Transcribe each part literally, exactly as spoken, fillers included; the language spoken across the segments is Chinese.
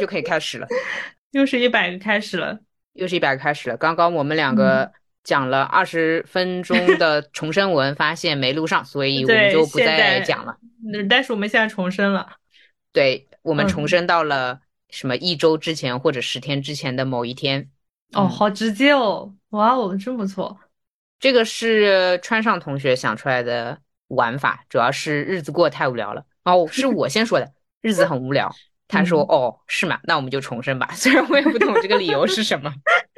就可以开始了。 又是一百个开始了。 又是一百个开始了。刚刚我们两嗯， 个讲了二十分钟的重生文，发现没录上，所以我们对， 就不现在， 再讲了。 嗯但是我们现在重生了。 对，我们重嗯， 生到了什么一周之前或者十天之前的某一天。 哦， 嗯， 好直接哦，哇哦，真不错。 这个是川上同学想出来的玩法，主要是日子过得太无聊了。哦，是我先说的，日子很无聊。他说： 嗯， “哦，是吗？那我们就重生吧。”虽然我也不懂这个理由是什么。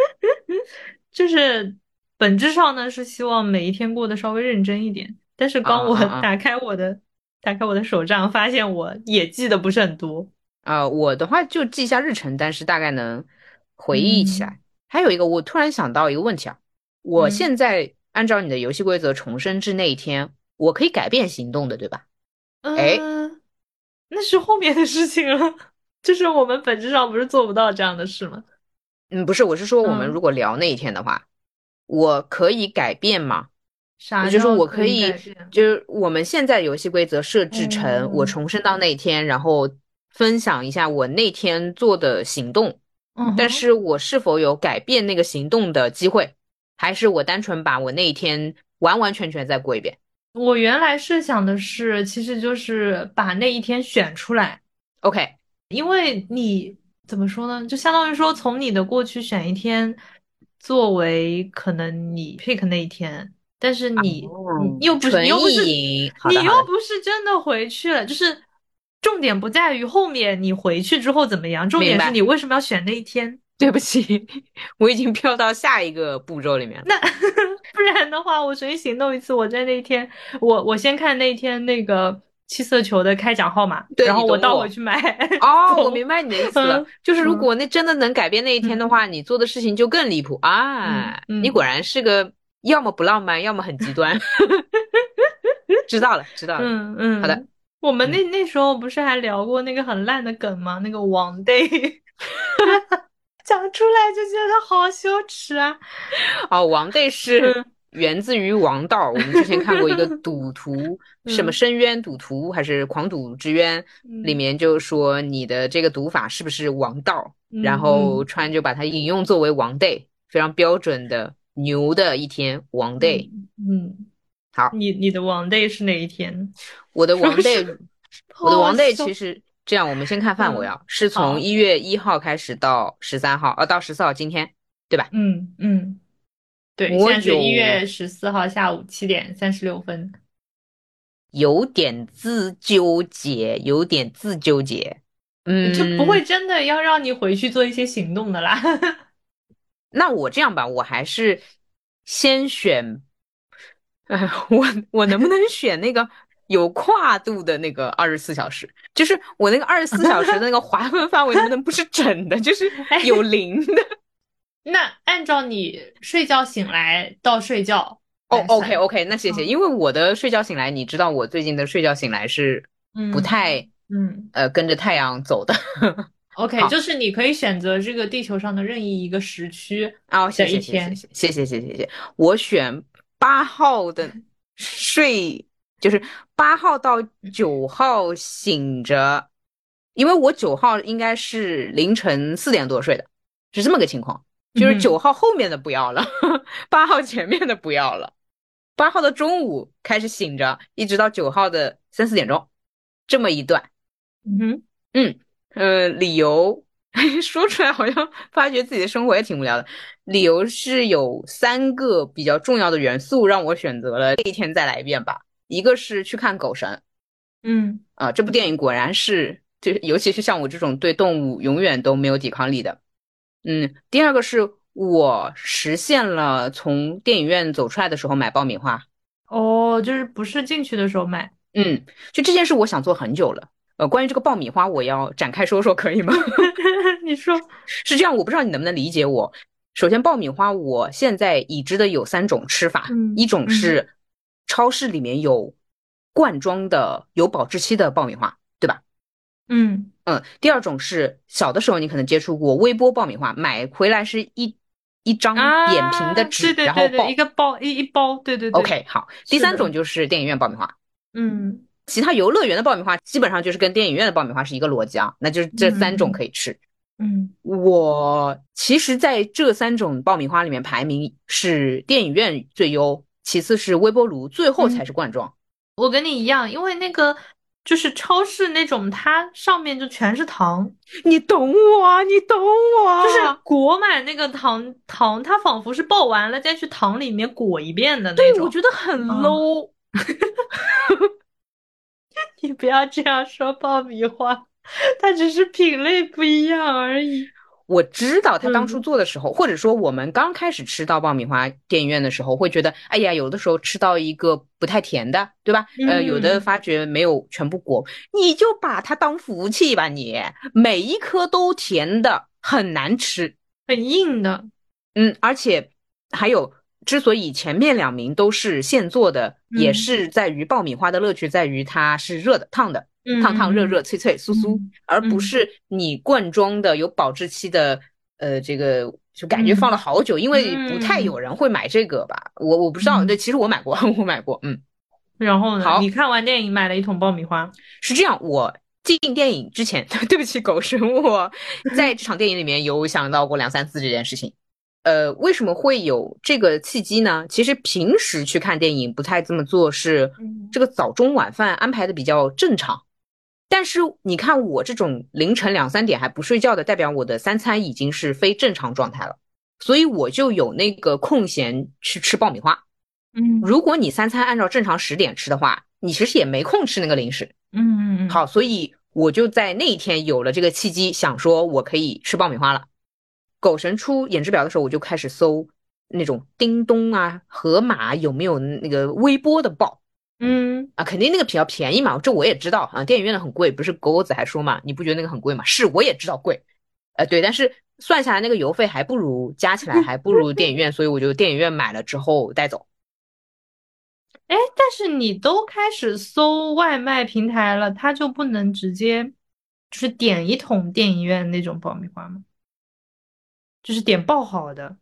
就是本质上呢是希望每一天过得稍微认真一点，但是啊刚我啊啊！ 打开我的打开我的手账，发现我也记得不是很多。 呃，我的话就记一下日程，但是大概能回忆起嗯来。还有一个，我突然想到一个问题啊，我嗯现在按照你的游戏规则重生至那一天，我可以改变行动的，对吧？哎， 嗯，那是后面的事情了。就是我们本质上不是做不到这样的事吗？ 嗯，不是，我是说我们嗯， 如果聊那一天的话，我可以改变吗？ 啥就是我叫可以可以， 改变？ 就是我们现在游戏规则设置成我嗯重生到那一天，然后分享一下我那天做的行动， 嗯哼。 但是我是否有改变那个行动的机会，还是我单纯把我那一天完完全全再过一遍我原来设想的是，其实就是把那一天选出来， ？OK。 因为你怎么说呢，就相当于说从你的过去选一天作为可能你 pick 那一天，但是你你哦， 又不是你纯又不是意淫，好你的好的， 又不是真的回去了，就是重点不在于后面你回去之后怎么样，重点是你明白。 为什么要选那一天。 对不起，我已经飘到下一个步骤里面了。 那不然的话，我重新行动一次，我在那一天，我我先看那一天那个七色球的开奖号码， 对你然后我懂我。 倒回去买。 哦，我走。 明白你的意思了， 嗯就是如嗯果那真的能改变那一天的嗯话，你做的事情就更离谱啊！你果嗯嗯然是个要么不浪漫，要么很极端。知道了，知道了。 嗯好的。 嗯，我们嗯， 那那时候不是还聊过那个很烂的梗吗？那个王 day，讲出来就觉得好羞耻啊。 哦，王 day 是嗯源自于王道。我们之前看过一个赌徒，什么嗯深渊赌徒还是狂赌之渊，里嗯面就说你的这个赌法是不是王道，然后嗯嗯川就把它引用作为王 day，非常标准的牛的一天，王 day。 嗯嗯， 好。 你你的王 day 是哪一天？ 我的王是不是 day，我的好好王 day 其笑？ 实这样，我们先看范围嗯， 啊，是从好。 一月一号开始到十三号，呃，到十四号今天，对吧？ 嗯嗯，对， 我现在是一有月十四号下午七点三十六分。 有点自纠结，有点自纠结。 就不会嗯， 真的要让你回去做一些行动的啦。 那我这样吧，我还是先选，呃，我我能不能选那个有跨度的那个二十四小时？就是我那个二十四小时的那个划分范围能不能不是整的，就是有哎， 零的？ 那按照你睡觉醒来到睡觉哦，OK 来算。 OK，那谢谢， 嗯因为我的睡觉醒来，你知道我最近的睡觉醒来是不嗯太嗯呃跟着太阳走的。 ，OK， 好。 就是你可以选择这个地球上的任意一个时区哦，谢的一谢谢谢天。 谢谢谢谢谢谢，我选八号的睡，就是八号到九号醒着，因为我九号应该是凌晨四点多睡的，是这么个情况，就是九嗯哼号后面的不要了，八号前面的不要了，八号的中午开始醒着，一直到九号的三四点钟，这么一段。 嗯哼。 嗯，呃，理由说出来好像发觉自己的生活也挺无聊的。理由是有三个比较重要的元素让我选择了这一天再来一遍吧。一个是去看《狗神》 嗯啊，这部电影果然是，就尤其是像我这种对动物永远都没有抵抗力的。嗯，第二个是我实现了从电影院走出来的时候买爆米花。 哦，就是不是进去的时候买。 嗯，就这件事我想做很久了。呃，关于这个爆米花，我要展开说说，可以吗？ 你说。 是这样，我不知道你能不能理解我。首先，爆米花我现在已知的有三种吃法，一嗯嗯种是超市里面有罐装的有保质期的爆米花，对吧？ 嗯嗯，第二种是小的时候你可能接触过微波爆米花，买回来是一一张扁平的啊，对纸， 对对对，一然后爆。 个包一一包，对对对， OK，好。第三种是的。 就是电影院爆米花， 嗯其他游乐园的爆米花基本上就是跟电影院的爆米花是一个逻辑啊，那就是这三种可嗯以吃。 嗯我其实在这三种爆米花里面排名是电影院最优，其次是微波炉，最后才嗯， 是罐装。 我跟你一样，因为那个就是超市那种，它上面就全是糖， 你懂我啊，你懂我就是啊。 裹满那个糖糖，它仿佛是爆完了再去糖里面裹一遍的对， 那种。 我觉得很啊， low。 你不要这样说爆米花，它只是品类不一样而已。 我知道他当初嗯做的时候，或者说我们刚开始吃到爆米花电影院的时候，会觉得，哎呀，有的时候吃到一个不太甜的，对吧？呃，有的嗯， 发觉没有全部裹，你就把它当福气吧你，每一颗都甜的，很难吃。 很硬的。 嗯，而且还有，之所以前面两名都是现做的，也嗯是在于爆米花的乐趣在于它是热的、烫的，烫烫、热嗯热、脆脆、酥酥， 嗯而不嗯是你罐装的有保质期的，呃，这个就感觉放了嗯好久，因为不太有嗯人会买这个吧？我我不知道，对， 嗯。 其实我买过，我买过，嗯， 然后呢？你好， 看完电影买了一桶爆米花。 是这样，我进电影之前，对不起，狗神，我在这场电影里面有想到过两三次这件事情。呃，为什么会有这个契机呢？其实平时去看电影不太这么做，是嗯这个早中晚饭安排的比较正常。但是你看我这种凌晨两三点还不睡觉的，代表我的三餐已经是非正常状态了，所以我就有那个空闲去吃爆米花。 嗯如果你三餐按照正常十点吃的话，你其实也没空吃那个零食。 嗯嗯好，所以我就在那一天有了这个契机，想说我可以吃爆米花了。狗神出演示表的时候，我就开始搜那种叮咚啊、盒马有没有那个微波的爆嗯啊，肯定那个比较便宜嘛，这我也知道啊。电影院的很贵，不是狗狗子还说嘛，你不觉得那个很贵吗？是，我也知道贵，呃，对，但是算下来那个邮费还不如加起来还不如电影院，所以我就电影院买了之后带走。 哎，但是你都开始搜外卖平台了，它就不能直接就是点一桶电影院那种爆米花吗？就是点爆好的。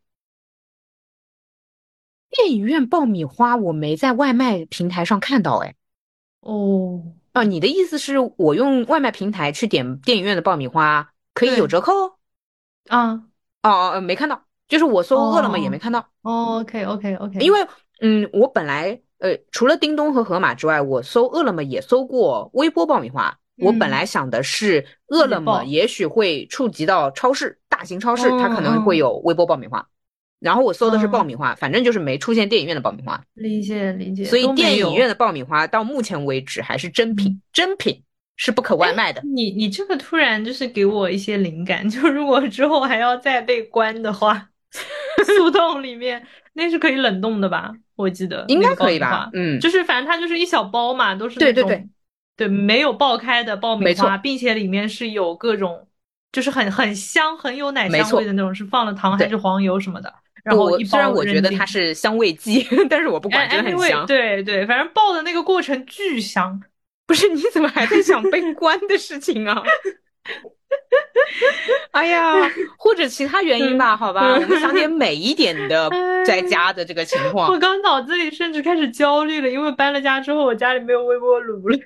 电影院爆米花我没在外卖平台上看到，哎。 哦， 啊，你的意思是我用外卖平台去点电影院的爆米花可以有对折扣？ 啊， 哦哦，呃没看到，就是我哦搜饿了么也没哦看到， 哦，OK OK OK， 因为嗯，我本来呃除了叮咚和盒马之外，我搜饿了么也搜过微波爆米花。我本嗯， 来想的是饿了么自己爆。 也许会触及到超市，大型超市它嗯可能会嗯有微波爆米花，然后我搜的是爆嗯， 米花，反正就是没出现电影院的爆米花。 理解理解， 所以都没有。 电影院的爆米花到目前为止还是真品， 嗯。 真品是不可外卖的。 你你这个突然就是给我一些灵感，就如果之后还要再被关的话，速冻里面那是可以冷冻的吧？我记得应该那个爆可以吧？ 米花， 嗯， 就是反正它就是一小包嘛，都是对对对， 那种对没有爆开的爆米花， 没错并且里面是有各种就是很很香、很有奶没错， 香味的那种，是放了糖还是对。 黄油什么的，然不， 后一包我虽然我觉得它扔进。 是香味剂，但是我不管，真哎的很 ，anyway， 香。 对对，反正爆的那个过程巨香。 不是，你怎么还在想被关的事情啊？哎呀，或者其他原因嗯吧，好吧，我们想点嗯， 美一点的在哎。 家的这个情况。 我刚脑子里甚至开始焦虑了，因为搬了家之后，我家里没有微波炉了。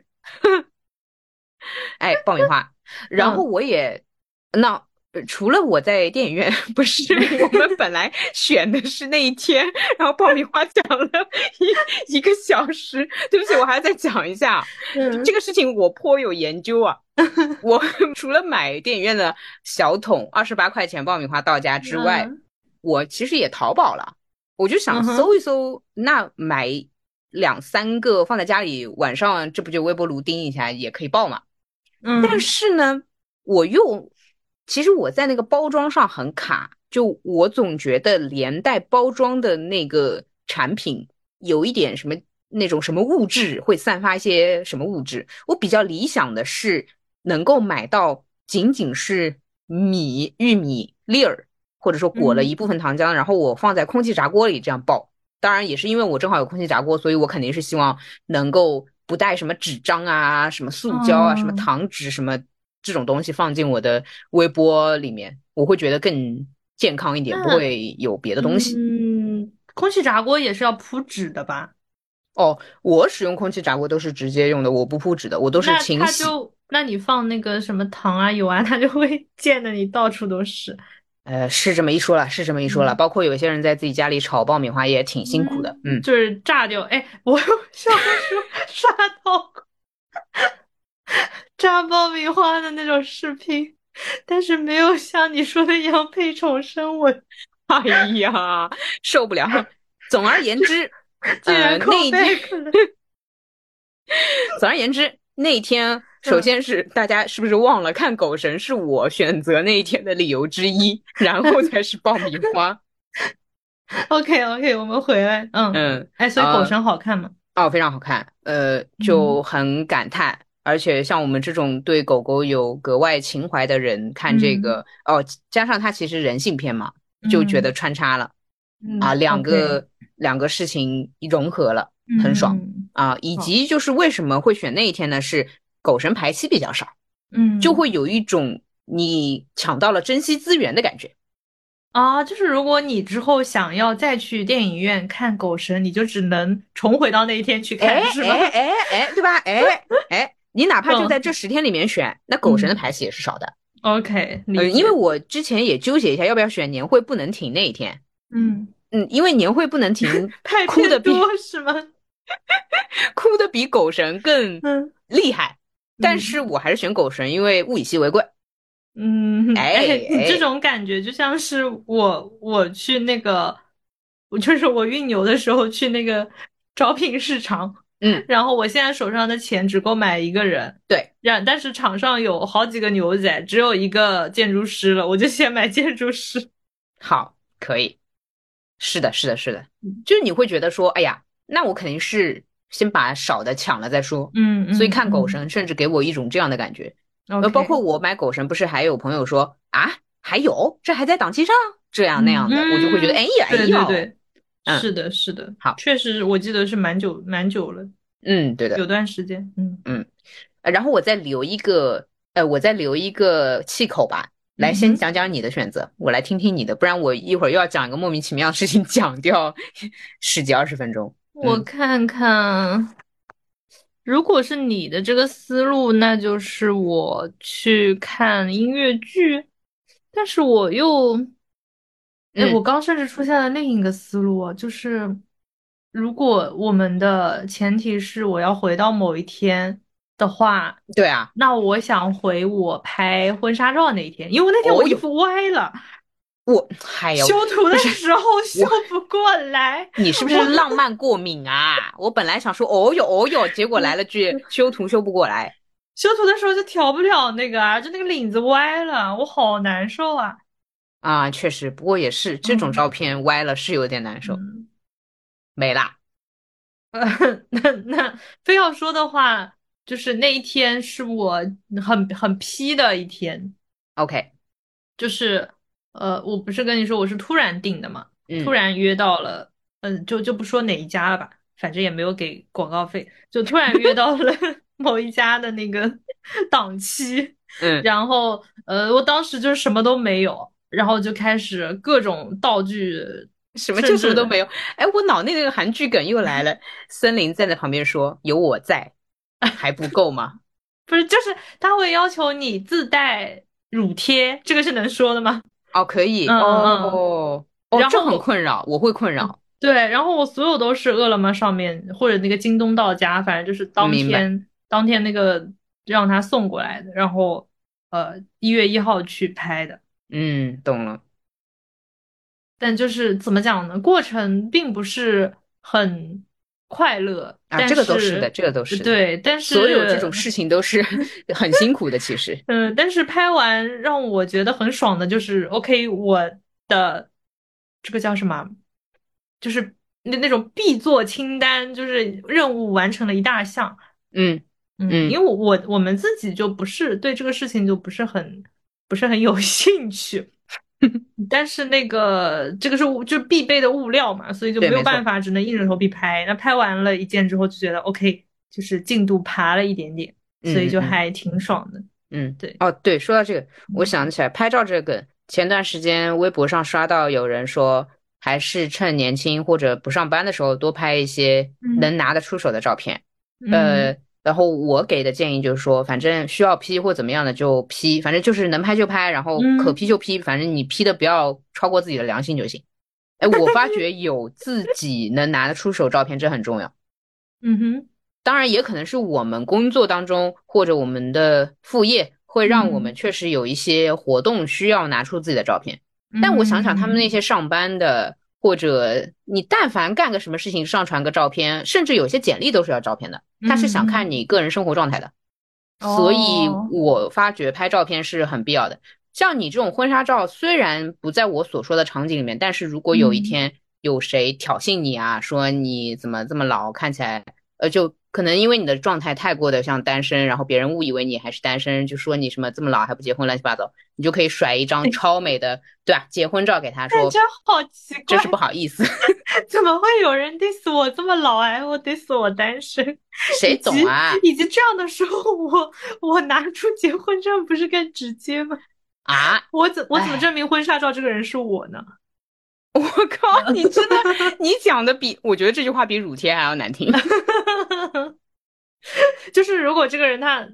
哎，爆米花，然后嗯我也那。呃除了我在电影院，不是我们本来选的是那一天，然后爆米花讲了一一个小时。对不起，我还要再讲一下这嗯个事情，我颇有研究啊。我除了买电影院的小桶二十八块钱爆米花到家之外， 嗯我其实也淘宝了，我就想搜嗯哼一搜，那买两三个放在家里，晚上这不就微波炉叮一下也可以爆嘛。但嗯是呢，我又其实我在那个包装上很卡，就我总觉得连带包装的那个产品有一点什么那种什么物质会散发一些什么物质。我比较理想的是能够买到仅仅是米、玉米粒儿，或者说裹了一嗯部分糖浆，然后我放在空气炸锅里这样爆。当然也是因为我正好有空气炸锅，所以我肯定是希望能够不带什么纸张啊、什么塑胶啊、什么嗯糖纸什么这种东西放进我的微波里面，我会觉得更健康一点，不那会有别的东西。 嗯，空气炸锅也是要铺纸的吧？ 哦，我使用空气炸锅都是直接用的，我不铺纸的，我都是那勤洗。 它就那你放那个什么糖啊油啊，它就会溅得你到处都是。 呃，是这么一说了，是这么一说了。 嗯包括有些人在自己家里炒爆米花也挺辛苦的。 嗯， 嗯， 就是炸掉。哎，我有小时候刷到过炸爆米花的那种视频，但是没有像你说的一样配重生文， 哎呀，受不了。总而言之， 竟然呃，那 call 一天， back 了。 总而言之，那一天，首嗯先是大家是不是忘了看狗神是我选择那一天的理由之一，然后才是爆米花。 ，OK OK，我们回来。嗯， 嗯， 哎，所以狗呃， 神好看吗？ 哦，非常好看，呃，就嗯很感叹。而且像我们这种对狗狗有格外情怀的人，看这嗯个，哦，加上它其实人性片嘛，就觉得嗯穿插了啊， 嗯两 ，OK， 个两个事情融合了，很爽嗯， 啊。以好， 及就是为什么会选那一天呢？是狗神排期比较少，就嗯。 会有一种你抢到了珍惜资源的感觉。 啊，就是如果你之后想要再去电影院看《狗神》，你就只能重回到那一天去哎看，是吗？ 哎哎哎，对吧？哎哎，你哪怕就在嗯这十天里面选，那狗神的嗯排期也是少的。 ，OK，理呃，因为解。 我之前也纠结一下要不要选年会不能停那一天。 嗯， 嗯，因为年会不能停， 拍哭的比片多是吗？ 哭的比狗神更嗯厉害。但是嗯我还是选狗神，因为物以稀为贵。 嗯， 哎哎，你这哎， 种感觉就像是我我去那个，我就是我运牛的时候去那个招聘市场， 嗯， 然后我现在手上的钱只够买一个人， 对， 然但是场上有好几个牛仔，只有一个建筑师了，我就先买建筑师。 好，可以，是的，是的，是的，就是你会觉得说，哎呀，那我肯定是先把少的抢了再说。 嗯所以嗯嗯看狗神，甚至给我一种这样的感觉。呃，包括 ，OK， 我买狗神，不是还有朋友说啊，还有，这还在档期上，这样那嗯样的，我就会觉得，哎嗯， 呀，哎对对呦， 对， 嗯， 是的，是的， 好， 确实我记得是蛮久蛮久了， 嗯，对有的。 段时间，嗯嗯，呃然后我再留一个，呃，我再留一个气口吧，来嗯哼。 先讲讲你的选择，我来听听你的，不然我一会儿又要讲一个莫名其妙的事情，讲掉十几二十分钟。嗯， 我看看，如果是你的这个思路，那就是我去看音乐剧，但是我又，哎，我嗯， 刚甚至出现了另一个思路啊，就是如果我们的前提是我要回到某一天的话， 对啊， 那我想回我拍婚纱照那一天，因为我那天我哦哟， 衣服歪了， 我，嗨呀， 修图的不是时候修我， 不过来， 你是不是我。 浪漫过敏啊？我本来想说，哦哟哦哟，结果来了句修图修不过来修图的时候就调不了那个啊，就那个领子歪了，我好难受啊。 啊，确实，不过也是这种嗯照片歪了是有点难受， 嗯， 没啦那那非要说的话，就是那一天是我很很 P 的一天， ，OK， 就是呃，我不是跟你说我是突然定的嘛，突嗯然约到了，嗯、就就不说哪一家了吧，反正也没有给广告费，就突然约到了某一家的那个档期， 嗯。 然后呃，我当时就是什么都没有，然后就开始各种道具， 什么就什么都甚至没有。哎，我脑内那个韩剧梗又来了。森林站在旁边说：“有我在，还不够吗？” 不是，就是他会要求你自带乳贴，这个是能说的吗？ 哦，可以嗯嗯嗯， 哦哦，这很然后困扰，我会困嗯， 扰。 对，然后我所有都是饿了么上面或者那个京东到家，反正就是当明白， 天当天那个让他送过来的，然后呃一月一号去拍的， 嗯，懂了但就是怎么讲呢，过程并不是很快乐， 啊， 但这个都是的， 是这个都是的， 呃对，但所有这种是事情都是很辛苦的，其实。 嗯，但是拍完让我觉得很爽的，就是 OK，我的这个叫什么？就是那那种必做清单，就是任务完成了一大项。 嗯嗯，因嗯为我我我们自己就不是对这个事情就不是很不是很有兴趣，但是那个这个是物就必备的物料嘛，所以就对， 没有没错。 办法，只能硬着头皮拍。那拍完了一件之后，就觉得 OK，就是进度爬了一点点，所以嗯嗯嗯就还挺爽的。 嗯， 对。 哦，对，说到这个，我嗯想起来拍照这个，前段时间微博上刷到有人说，还是趁年轻或者不上班的时候多拍一些嗯能拿得出手的照片。 嗯呃， 然后我给的建议就是说，反正需要 P 或怎么样的就 P，反正就是能拍就拍，然后可嗯 P 就 P，反正你 P 的不要超过自己的良心就行。哎，我发觉有自己能拿得出手照片，这很重要。 嗯哼当然，也可能是我们工作当中或者我们的副业会让我们嗯确实有一些活动需要拿出自己的照片。但我想想，他们那嗯些上班的，或者你但凡干个什么事情，上传个照片，甚至有些简历都是要照片的，他是想看嗯嗯， 你个人生活状态的。所以哦， 我发觉拍照片是很必要的。像你这种婚纱照，虽然不在我所说的场景里面，但是如果有一嗯。 天有谁挑衅你啊，说你怎么这么老，看起来，呃，就可能因为你的状态太过的像单身，然后别人误以为你还是单身，就说你什么这么老还不结婚，乱七八糟，你就可以甩一张超美的，对吧？结婚照给他说， 感觉好奇怪， 真是不好意思。 怎么会有人 diss 我这么老还我 diss 我单身， 谁以及懂啊？ 以及这样的时候，我我拿出结婚证不是更直接吗？ 啊， 我怎我怎么哎， 证明婚纱照这个人是我呢？ 我靠，你真的，你讲的比我觉得这句话比乳贴还要难听。 就是如果这个人他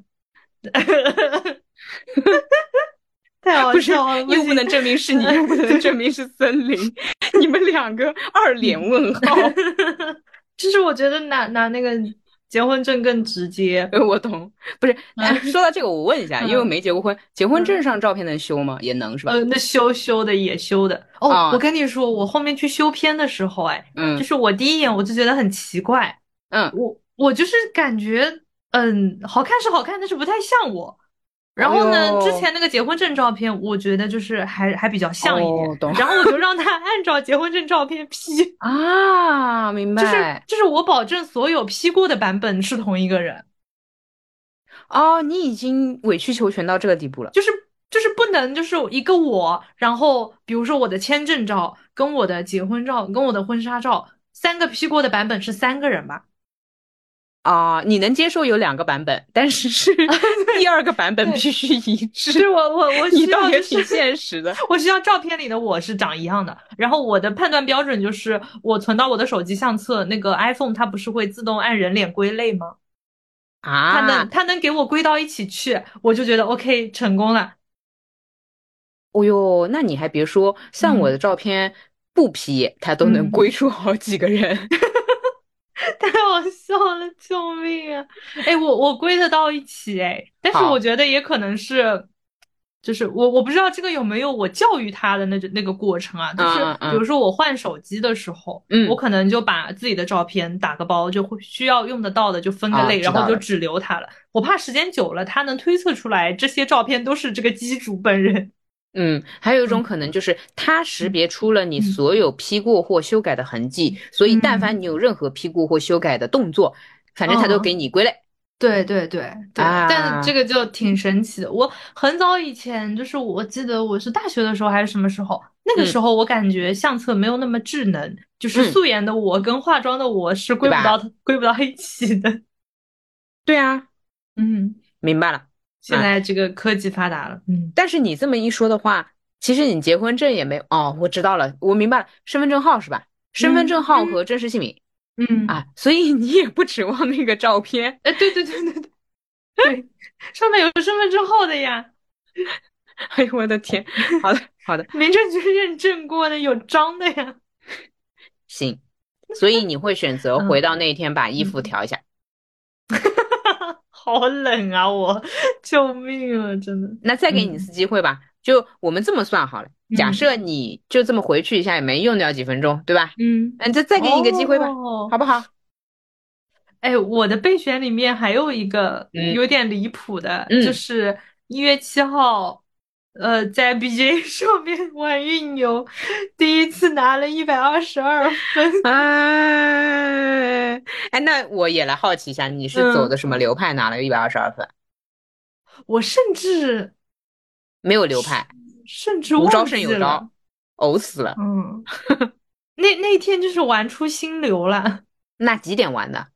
太好不是， 笑了，不行。 又不能证明是你，又不能证明是森林，你们两个二脸问号。 就是我觉得拿拿那个结婚证更直接。 呃，我懂，不是，哎， 嗯说到这个，我问一下，因为我嗯没结过婚，结婚证嗯。 上照片能修吗？也能是吧？ 呃，那修修的也修的哦。我啊， 跟你说，我后面去修片的时候，哎，就嗯是我第一眼我就觉得很奇怪， 嗯， 我我就是感觉，嗯，好看是好看，但是不太像我。然哦后呢，之哟， 前那个结婚证照片，我觉得就是还还比较像一点， 哦，懂然后我就让他按照结婚证照片 P， 啊，明就是白。 就是我保证所有 P 过的版本是同一个人。 哦，你已经委曲求全到这个地步了就是就是不能就是一个我，然后比如说我的签证照、跟我的结婚照、跟我的婚纱照，三个 P 过的版本是三个人吧？ 啊，你能接受有两个版本，但是是第二个版本对， 必须一对， 致。 我我我你需要就是倒也挺现实的我需要照片里的我是长一样的，然后我的判断标准就是我存到我的手机相册，那个 iPhone 它不是会自动按人脸归类吗？它能啊。 它能给我归到一起去，我就觉得 OK 成功了。 哦哟，那你还别说，像我的嗯照片不 P，它都能嗯。 归出好几个人。 太好笑了，救命啊！哎，我我归得到一起哎，但是我好， 觉得也可能是，就是我我不知道这个有没有我教育他的那个那个过程啊，就是嗯嗯嗯比如说我换手机的时候，我嗯， 可能就把自己的照片打个包，就会需要用得到的就分个啊， 类， 知道了。 然后就只留它了。我怕时间久了，他能推测出来这些照片都是这个机主本人。 嗯，还有一种嗯可能就是它识嗯别出了你嗯所有 P 过或修改的痕迹，所以但凡嗯你有任何 P 过或修改的动作，反正它都给嗯。 你归类对对对对，但这啊。 个就挺神奇的。我很早以前，就是我记得我是大学的时候还是什么时候，那个时嗯候我感觉相册没有那么智能，就是嗯， 素颜的我跟化妆的我是归不到对吧？ 归不到一起的。 对啊， 嗯， 明白了。啊， 现在这个科技发达了。嗯但是你这么一说的话，其实你结婚证也没有哦，我知道了，我明白了，身份证号是吧？身份证嗯嗯号和真实姓名。 嗯， 啊，所以你也不指望那个照片。 哎，对对对对对对，上面有身份证号的呀， 哎呦我的天！好的，好的， 民政局认证过的，有章的呀。 行。所以你会选择回嗯到那一天把衣服嗯。 调一下。 好冷啊！我救命啊！真的。 那再给你一嗯次机会吧，就我们这么算好了，假嗯设你就这么回去一下也没用掉几分钟，对吧？ 嗯。 嗯，再再给你一个机会吧， 哦， 好不好？ 哎，我的备选里面还有一个嗯有点离谱的，就嗯， 是一月七号，呃，在 B J 上面玩运游，第一次拿了一百二十二分。 哎，哎，那我也来好奇一下，你是走的嗯， 什么流派，拿了一百二十二分？ 我甚至没有流派， 甚至忘无招胜有招， 记了。 呕死了。 嗯，那那天就是玩出心流了。 那几点玩的？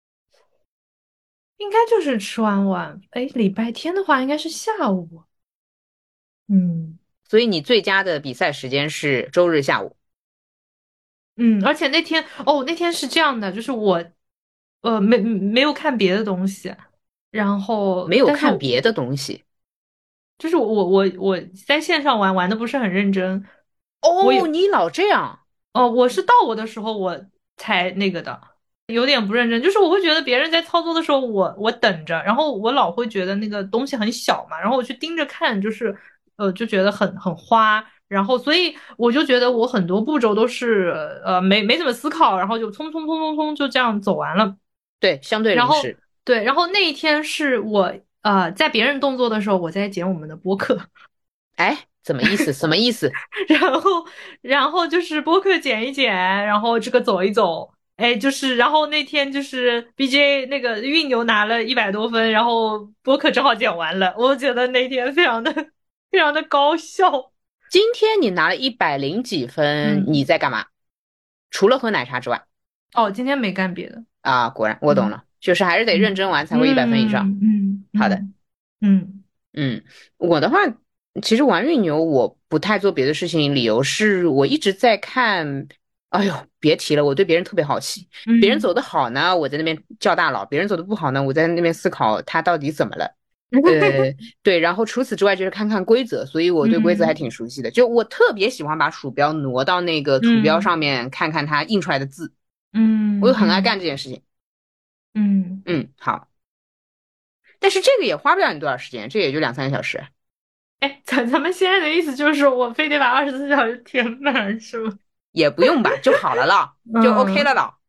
应该就是吃完晚，哎，礼拜天的话应该是下午。嗯所以你最佳的比赛时间是周日下午。 嗯，而且那天哦，那天是这样的，就是我呃没没有看别的东西， 然后没有但是看别的东西。 就是我我我在线上玩玩的不是很认真，我哦， 有你老这样。 哦，我是到我的时候我才那个的，有点不认真。就是我会觉得别人在操作的时候，我我等着，然后我老会觉得那个东西很小嘛，然后我去盯着看，就是呃就觉得很很花，然后所以我就觉得我很多步骤都是呃没没怎么思考，然后就匆匆匆匆匆就这样走完了。 对，相对然后临时。 对，然后那一天是我呃在别人动作的时候，我在剪我们的播客。 哎，怎么意思？什么意思？ 然后，然后就是播客剪一剪，然后这个走一走，哎，就是然后那天就是 B J 那个运牛拿了一百多分，然后播客正好剪完了，我觉得那天非常的非常的高效。 今天你拿了一百零几分， 嗯， 你在干嘛？除了喝奶茶之外。 哦，今天没干别的。 啊，果然我懂嗯了，就是还是得认嗯真玩才会一百分以上。 嗯嗯好的。 嗯嗯嗯，我的话，其实玩运牛我不太做别的事情，理由是我一直在看。哎呦，别提了，我对别人特别好奇，别人嗯走的好呢，我在那边叫大佬；别人走的不好呢，我在那边思考他到底怎么了。呃，对，然后除此之外就是看看规则，所以我对规则还嗯挺熟悉的。就我特别喜欢把鼠标挪到那个图标嗯上面看看它印出来的字，我就很爱嗯嗯干这件事情。 嗯， 嗯，好。但是这个也花不了你多少时间，这也就两三个小时。 哎，咱咱们现在的意思就是我非得把二十四小时填满是吗？ 也不用吧，就好了啦，就 OK 了嗯啦。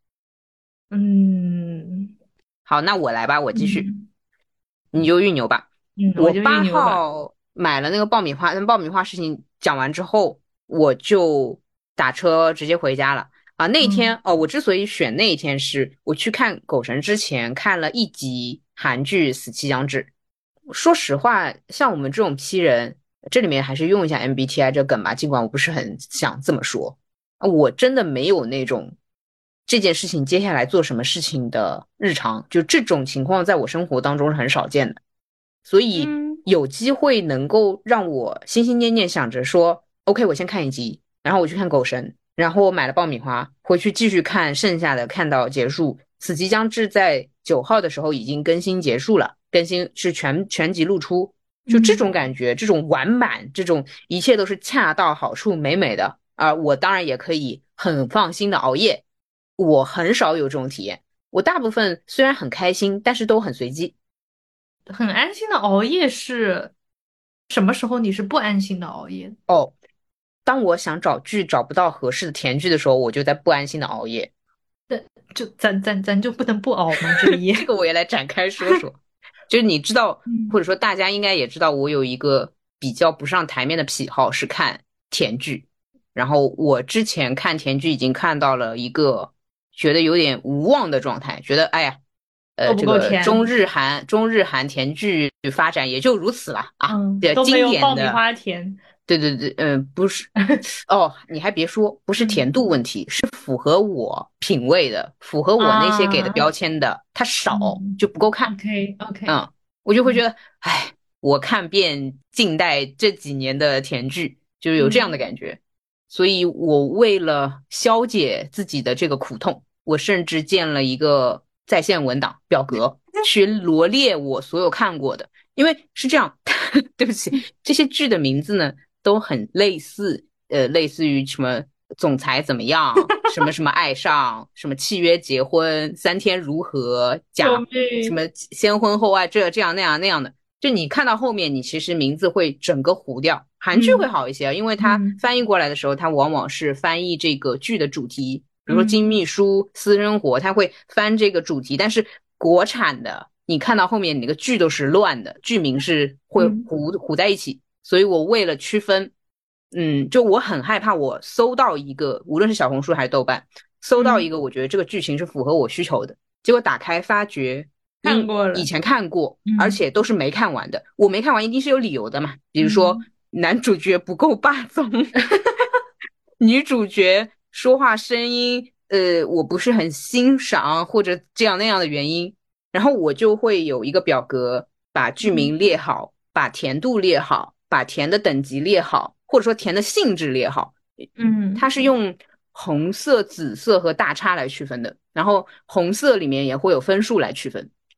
嗯好，那我来吧，我继续， 嗯你就运牛吧。 嗯，我就运我八牛吧。 号买了那个爆米花，那爆米花事情讲完之后，我就打车直接回家了。啊，那一嗯天哦，我之所以选那一天是，我去看狗神之前看了一集韩剧《死期将至》。说实话，像我们这种 P 人，这里面还是用一下 M B T I 这梗吧，尽管我不是很想这么说。啊我真的没有那种这件事情接下来做什么事情的日常，就这种情况在我生活当中是很少见的。所以嗯有机会能够让我心心念念想着说，OK，我先看一集，然后我去看狗神，然后我买了爆米花，回去继续看剩下的，看到结束。此即将至在九号的时候已经更新结束了，更新是全全集露出，就这种嗯， 感觉，这种完满，这种一切都是恰到好处，美美的。啊、我当然也可以很放心的熬夜，我很少有这种体验。我大部分虽然很开心，但是都很随机。 很安心的熬夜是什么时候？你是不安心的熬夜？ 哦，当我想找剧找不到合适的甜剧的时候，我就在不安心的熬夜。 就咱咱咱就不能不熬吗？这个夜？ 这个我也来展开说说。就是你知道，或嗯者说大家应该也知道，我有一个比较不上台面的癖好是看甜剧。然后我之前看甜剧已经看到了一个觉得有点无望的状态，觉得哎呀，呃， 够不这够甜？ 个中日韩中日韩甜剧发展也就如此了啊， 嗯， 这经都没有典的。 爆米花甜。 对对对，嗯、不是。哦，你还别说，不是甜嗯度问题，是符合我品味的，符合我那些给的啊， 标签的，它少嗯就不够看。 ，OK OK， 嗯，我就会觉嗯得，哎，我看遍近代这几年的甜剧，就是有这样的嗯感觉。所以我为了消解自己的这个苦痛，我甚至建了一个在线文档表格，去罗列我所有看过的。因为是这样，对不起，这些剧的名字呢都很类似，呃，类似于什么总裁怎么样，什么什么爱上，什么契约结婚，三天如何， 救假什命！ 么先婚后爱，这这样那样那样的。就你看到后面，你其实名字会整个糊掉。韩剧会嗯好一些，因为它嗯翻译过来的时候，它往往是翻译这个剧的主题，比如说嗯金秘书、私生活，它会翻这个主题。但是国产的，你看到后面那个剧都是乱的，剧名是会嗯糊糊在一起。所以我为了区分，嗯，就我很害怕我搜到一个，无论是小红书还是豆瓣，搜到一嗯， 个我觉得这个剧情是符合我需求的，结果打开发觉。因看过了。 以前看过，而嗯且都是没看完的。我没看完一定是有理由的嘛，比如说嗯男主角不够霸总，女主角说话声音，呃，我不是很欣赏，或者这样那样的原因，然后我就会有一个表格，把剧名列好，把甜度列好，把甜的等级列好，或者说甜的性质列好。 嗯它是用红色、紫色和大叉来区分的，然后红色里面也会有分数来区分。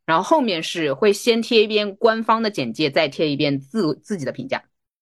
然后后面是会先贴一遍官方的简介，再贴一遍自自己的评价。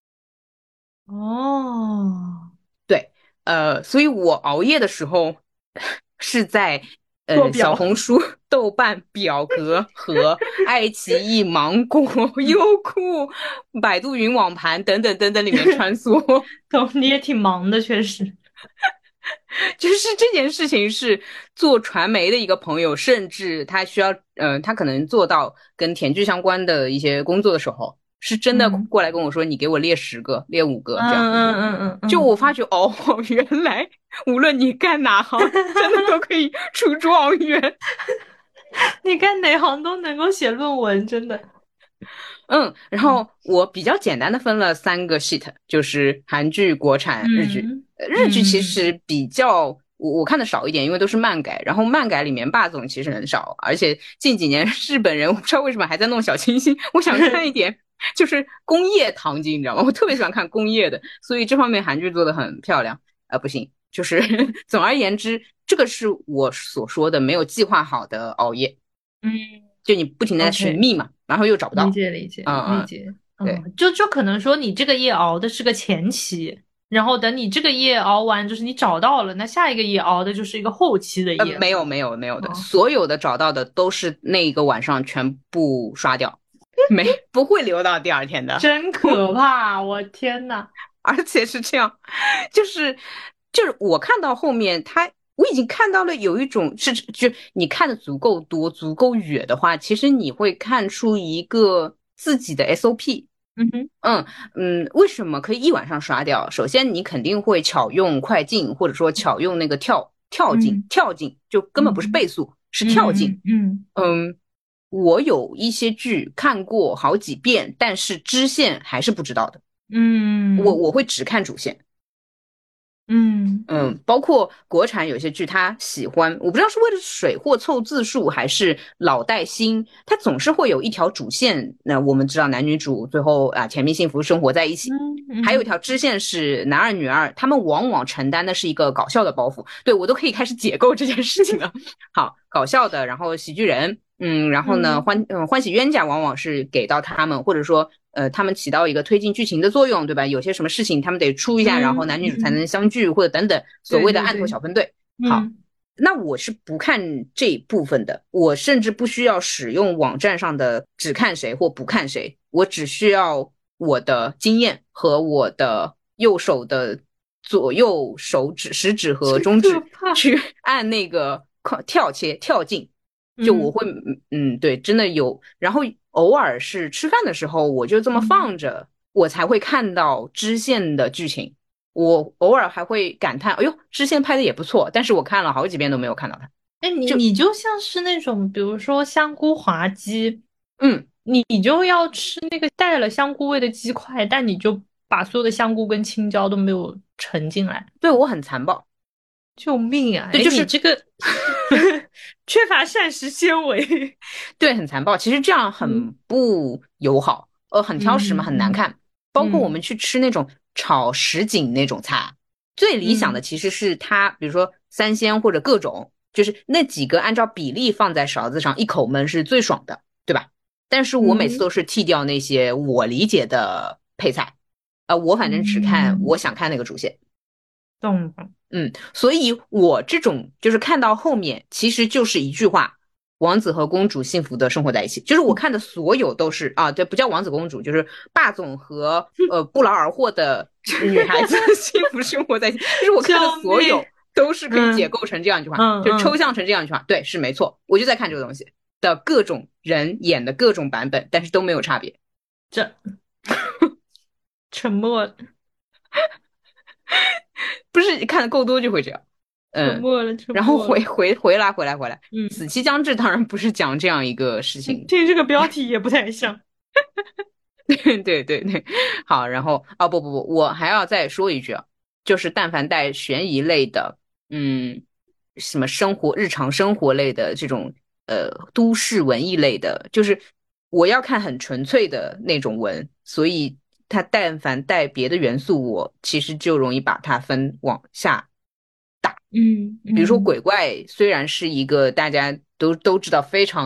哦， 对，呃，所以我熬夜的时候是在呃小做表。 红书、豆瓣、表格和爱奇艺、芒果、优酷、百度云网盘等等等等里面穿梭。 懂，你也挺忙的，确实。 就是这件事情是做传媒的一个朋友，甚至他需要，呃，他可能做到跟甜剧相关的一些工作的时候，是真的嗯过来跟我说，你给我列十个，列五个嗯这样。 嗯嗯嗯嗯， 就我发觉，哦，原来无论你干哪行，真的都可以出状元。 你干哪行都能够写论文，真的。 嗯，然嗯后我比较简单的分了三个 sheet，就是韩剧、国产、日剧。 嗯呃日剧其嗯实比较我我看的少一点，因为都是漫改，然后漫改里面霸总其实很少，而且近几年日本人我不知道为什么还在弄小清新，我想看一点就是工业糖精，你知道吗？我特别喜欢看工业的，所以这方面韩剧做的很漂亮。呃，不行，就是总而言之，这个是我所说的没有计划好的熬夜， 嗯就你不停的在寻 ，OK， 觅嘛，然后又找不理到。 解理解嗯嗯， 理解。 对。 嗯，就就可能说你这个夜熬的是个前期，然后等你这个夜熬完，就是你找到了，那下一个夜熬的就是一个后期的呃， 夜了。 没有没有没有的， 哦， 所有的找到的都是那一个晚上全部刷掉，没不会留到第二天的。 真可怕！我天呐。 而且是这样，就是就是我看到后面他。我已经看到了有一种是，就你看的足够多、足够远的话，其实你会看出一个自己的 S O P。 嗯哼。 嗯嗯，为什么可以一晚上刷掉？首先，你肯定会巧用快进，或者说巧用那个跳跳进， 嗯跳进就根本不是倍嗯速，是跳进。 嗯嗯嗯，我有一些剧看过好几遍，但是支线还是不知道的。我嗯我会只看主线。 嗯嗯，包括国产有些剧，他喜欢，我不知道是为了水货凑字数，还是老带新，他总是会有一条主线。那我们知道男女主最后啊甜蜜幸福生活在一起， 嗯嗯， 还有一条支线是男二女二，他们往往承担的是一个搞笑的包袱。对，我都可以开始解构这件事情了。好，搞笑的，然后喜剧人，嗯，然后呢嗯欢嗯欢喜冤家往往是给到他们，或者说呃他们起到一个推进剧情的作用，对吧？有些什么事情他们得出一下，然后嗯男女主才嗯， 能相聚，或者等等所谓的案头对对对。 小分队。好， 嗯那我是不看这一部分的，我甚至不需要使用网站上的只看谁或不看谁，我只需要我的经验和我的右手的左右手指、食指和真中指可怕。 去按那个跳切跳进，就我嗯会嗯嗯对，真的有，然后偶尔是吃饭的时候，我就这么嗯， 放着，我才会看到支线的剧情。我偶尔还会感叹，哎呦，支线拍的也不错，但是我看了好几遍都没有看到它。 哎，你就你就像是那种，比如说香菇滑鸡， 嗯， 你你就要吃那个带了香菇味的鸡块，但你就把所有的香菇跟青椒都没有盛进来。 对我很残暴。 救命啊！ 对， 哎， 就是你这个缺乏膳食纤维。 对很残暴，其实这样嗯很不友好，呃，很挑食嘛， 嗯嗯很难看。包括我们嗯去吃那种炒什锦那种菜，最理想的嗯其实是它，比如说三鲜或者各种，就是那几个按照比例放在勺子上，一口闷是最爽的，对吧？但是我每次嗯都是剔掉那些我理解的配菜，呃，我反正只看嗯， 我想看那个主线。 懂了。 嗯，所以我这种就是看到后面，其实就是一句话：王子和公主幸福的生活在一起。就是我看的所有都是啊，对，不叫王子公主，就是霸总和呃不劳而获的女孩子幸福生活在一起。就是我看的救所有命！ 都是可以解嗯构成这样一句话， 嗯嗯， 就抽象成这样一句话。对，是没错，我就在看这个东西的各种人演的各种版本，但是都没有差别。 这沉默了。 不是看的够多就会这样。嗯， 沉默了，沉然后默了。 回回回来回来回来， 嗯， 死期将至当然不是讲这样一个事情。 听这个标题也不太像。 对对对对，好，然后啊不不不，我还要再说一句啊，就是但凡带悬疑类的，嗯，什么生活日常生活类的这种呃都市文艺类的，就是我要看很纯粹的那种文，所以它但凡带别的元素，我其实就容易把它分往下。 嗯比如说嗯鬼怪虽然是一个大家都都知道非常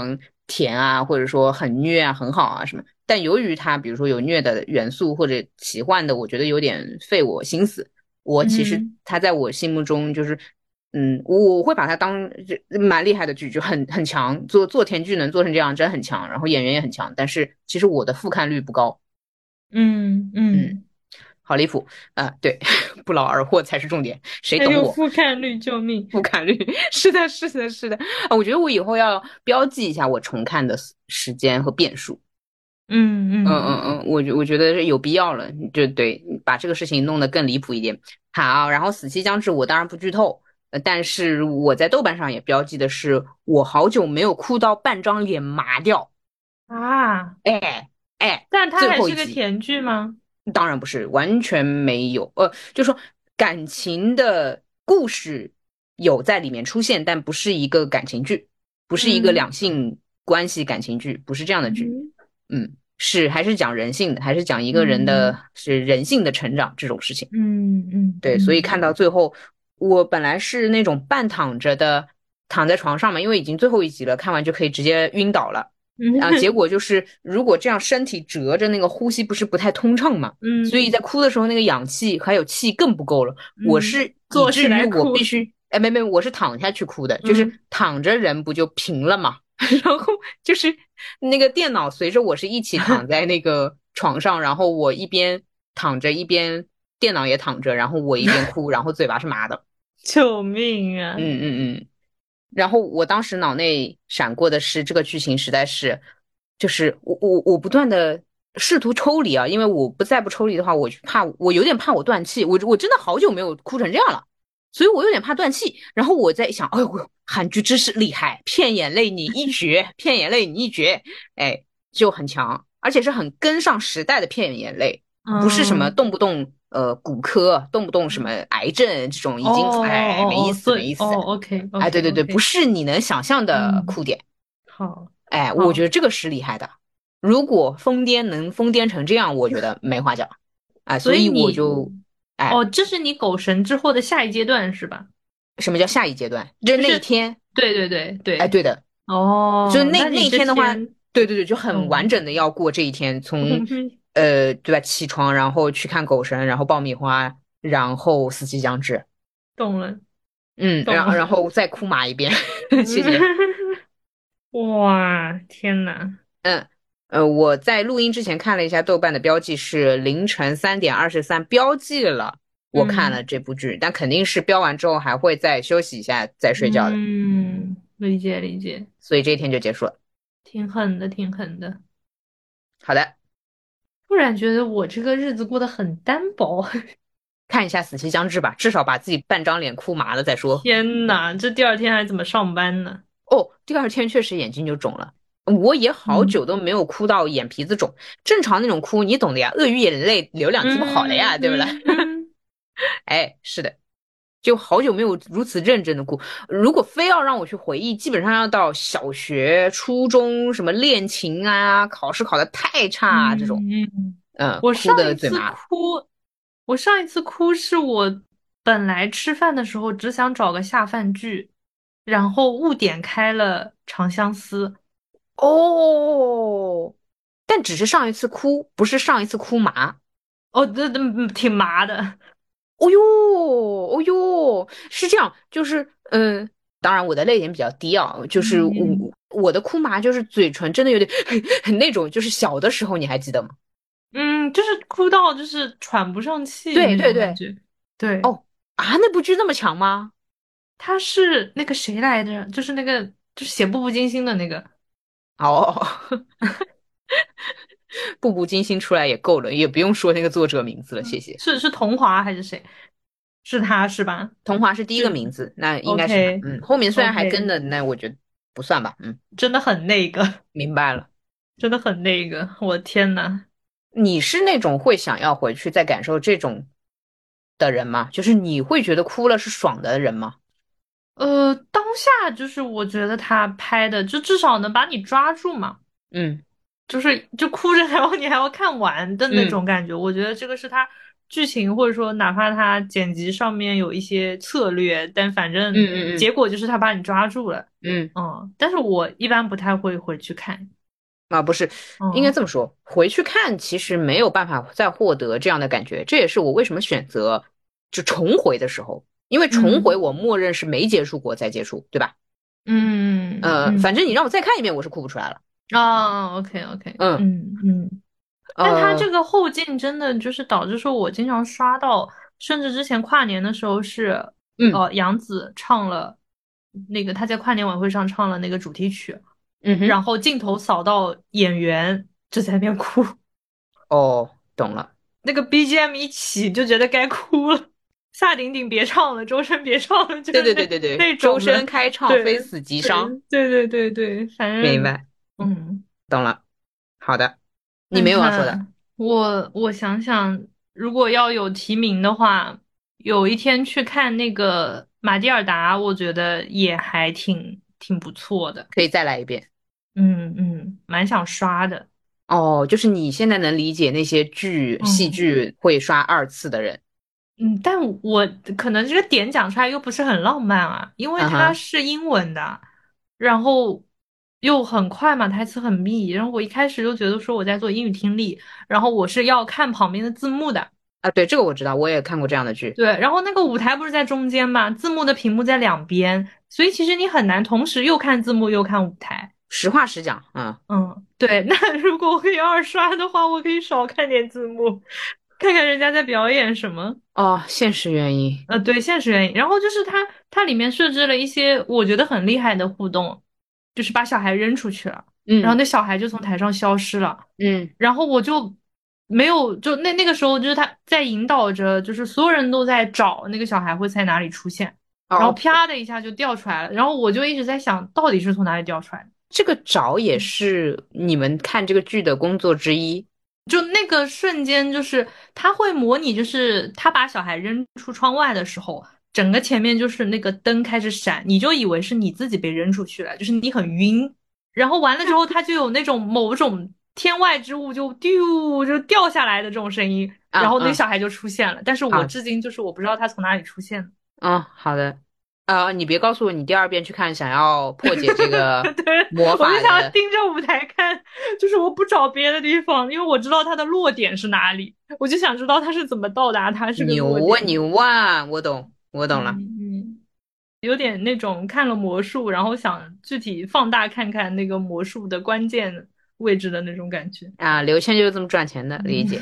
甜啊，或者说很虐啊，很好啊什么。但由于它比如说有虐的元素或者奇幻的，我觉得有点费我心思。我其实嗯它在我心目中就是，嗯，我我会把它当就蛮厉害的剧，就很很强，做做甜剧能做成这样，真很强，然后演员也很强。但是其实我的复看率不高， 嗯嗯， 嗯， 好离谱啊，对，不劳而获才是重点，谁还有懂我？ 复看率，救命！ 复看率是的，是的，是的啊，我觉得我以后要标记一下我重看的时时间和遍数。 嗯嗯嗯嗯嗯，我觉我觉得是有必要了，就对，把这个事情弄得更离谱一点。好，然后死期将至，我当然不剧透，呃，但是我在豆瓣上也标记的是，我好久没有哭到半张脸麻掉。 啊， 哎哎， 但它最还后一集。 是个甜剧吗？ 当然不是，完全没有。呃，就说感情的故事有在里面出现，但不是一个感情剧，不是一个嗯两性关系感情剧，不是这样的剧。 嗯嗯，是还是讲人性的，还是讲一个人嗯的是人性的成长这种事情。 嗯嗯对，所以嗯看到最后，我本来是那种半躺着的，躺在床上嘛，因为已经最后一集了，看完就可以直接晕倒了。啊，结嗯果就是如果这样身体折着，那个呼吸不是不太通畅嘛，所以嗯在哭的时候，那个氧气还有气更不够了。我嗯， 是以坐起至于来哭。 我必须，哎，没没，我是躺下去哭的，就是嗯， 躺着人不就平了嘛，然后就是那个电脑随着我是一起躺在那个床上，然后我一边躺着一边电脑也躺着，然后我一边哭，然后嘴巴是麻的。 救命嗯啊！ 嗯嗯。然后我当时脑内闪过的是这个剧情实在是，就是我我我不断的试图抽离啊，因为我不再不抽离的话，我就怕我有点怕我断气，我我真的好久没有哭成这样了，所以我有点怕断气。然后我在想，哎呦，韩剧真是厉害，骗眼泪你一绝，骗眼泪你一绝，哎，就很强，而且是很跟上时代的骗眼泪。不是什么嗯， 动不动呃骨科，动不动什么癌症这种哦已经哎没意哦哦， 思所以哦没意思。 ，OK 哎，对 OK 对对，不 OK， 是你能想象的嗯， 哭点。 好， 哎，我觉好， 得这个是厉害的。如果疯癫能疯癫成这样，我觉得没话讲。哎， 所所以我以你就哎， 哦，这是你狗神之后的下一阶段是吧？ 什么叫下一阶段？就是就是， 那一天。 对对对哎， 对， 对的，就是哦， 那那那你之一天的话， 前对对对，就很完懂， 整的要过这一天，从嗯呃对吧，起床，然后去看狗神，然后爆米花，然后死期将至。 懂了嗯，然后然懂了， 后再哭骂一遍，谢谢。 嗯，哇，天呐， 嗯，呃，我在录音之前看了一下豆瓣的标记是凌晨三点二十三，标记了我看了嗯这部剧，但肯定是标完之后还会再休息一下再睡觉的， 嗯，理解理解， 所以这一天就结束了。 挺狠的，挺狠的。 好的， 突然觉得我这个日子过得很单薄。 看一下死期将至吧，至少把自己半张脸哭麻了再说。 天呐，这第二天还怎么上班呢？ 哦，第二天确实眼睛就肿了，我也好嗯久都没有哭到眼皮子肿，正常那种哭你懂的呀，鳄鱼眼泪流两滴不好了呀， 嗯对不啦？ 嗯嗯， 哎，是的。就好久没有如此认真的哭。如果非要让我去回忆，基本上要到小学、初中，什么练琴啊，考试考得太差啊这种， 嗯嗯， 嗯， 我哭上一次的嘴麻了。 哭，我上一次哭是我本来吃饭的时候只想找个下饭剧，然后误点开了《长相思》。 哦，但只是上一次哭，不是上一次哭麻。 哦，这这嗯挺麻的。 哦呦，哦呦，是这样，就是嗯，当然我的泪点比较低啊，就是我嗯我的哭麻就是嘴唇真的有点那种，就是小的时候你还记得吗？ 嗯，就是哭到就是喘不上气那对对对， 种感觉。对， 哦啊，那部剧那么强吗？ 他是那个谁来着？就是那个就是写《步步惊心》的那个。 哦，步步惊心出来也够了，也不用说那个作者名字了，谢谢。 是是桐华还是谁？是他是吧？ 桐华是第一就个名字，那应该是他。 OK 嗯，后面虽然还跟 OK， 的，那我觉得不算吧。嗯， 真的很那个， 明白了。 真的很那个，我天呐。 你是那种会想要回去再感受这种的人吗？就是你会觉得哭了是爽的人吗？ 呃，当下就是我觉得他拍的，就至少能把你抓住嘛， 嗯就是就哭着，然后你还要看完的那嗯种感觉。我觉得这个是他剧情或者说哪怕它剪辑上面有一些策略，但反正嗯嗯嗯结果就是他把你抓住了。 嗯。 嗯，但是我一般不太会回去看。 啊，不是，应该嗯这么说，回去看其实没有办法再获得这样的感觉，这也是我为什么选择就重回的时候，因为重回嗯我默认是没结束过再结束，对吧？呃， 嗯嗯反正你让我再看一遍，我是哭不出来了。 啊，OK OK， 嗯。 嗯嗯。但它这呃个后劲真的就是导致说，我经常刷到，甚至之前跨年的时候是， 嗯呃，杨紫唱了那个她在跨年晚会上唱了那个主题曲， 嗯哼。 然后镜头扫到演员就在那边哭， 哦，懂了。 那个 B G M 一起就觉得该哭了。萨顶顶别唱了，周深别唱了，就对对是那对对对， 那种的。 周深开唱对非死即对伤。 对对对对，反正明白。 嗯。 懂了。好的，你没看有要说的。 看我，我想想，如果要有提名的话，有一天去看那个马蒂尔达，我觉得也还挺挺不错的。 可以再来一遍。 嗯嗯，蛮想刷的。 哦，就是你现在能理解那些剧戏嗯剧会刷二次的人。 嗯，但我可能这个点讲出来又不是很浪漫啊，因为它嗯哼。 是英文的，然后又很快嘛，台词很密，然后我一开始就觉得说我在做英语听力，然后我是要看旁边的字幕的。 啊，对，这个我知道，我也看过这样的剧。 对，然后那个舞台不是在中间嘛，字幕的屏幕在两边，所以其实你很难同时又看字幕又看舞台。 实话实讲。嗯。 嗯，对，那如果我可以二刷的话，我可以少看点字幕，看看人家在表演什么。 哦，现实原因。 呃，对，现实原因。然后就是它，它里面设置了一些我觉得很厉害的互动，就是把小孩扔出去了，然后嗯那小孩就从台上消失了。 嗯。 然后我就没有，就那那个时候就是他在引导着，就是所有人都在找那个小孩会在哪里出现，然后哦， 啪的一下就掉出来了，然后我就一直在想，到底是从哪里掉出来的？ 这个找也是你们看这个剧的工作之一。 就那个瞬间，就是他会模拟，就是他把小孩扔出窗外的时候，整个前面就是那个灯开始闪，你就以为是你自己被扔出去了，就是你很晕，然后完了之后，他就有那种某种天外之物就丢就掉下来的这种声音，然后那啊啊。 小孩就出现了，但是我好。 至今就是我不知道他从哪里出现的。 嗯，好的。啊，你别告诉我你第二遍去看，想要破解这个对， 魔我就想要法的。 盯着舞台看，就是我不找别的地方，因为我知道它的落点是哪里，我就想知道它是怎么到达它这个落牛啊点的。 牛啊！我懂，我懂了。 嗯嗯，有点那种看了魔术，然后想具体放大看看那个魔术的关键位置的那种感觉。 啊，刘谦就是这么赚钱的，理嗯， 解。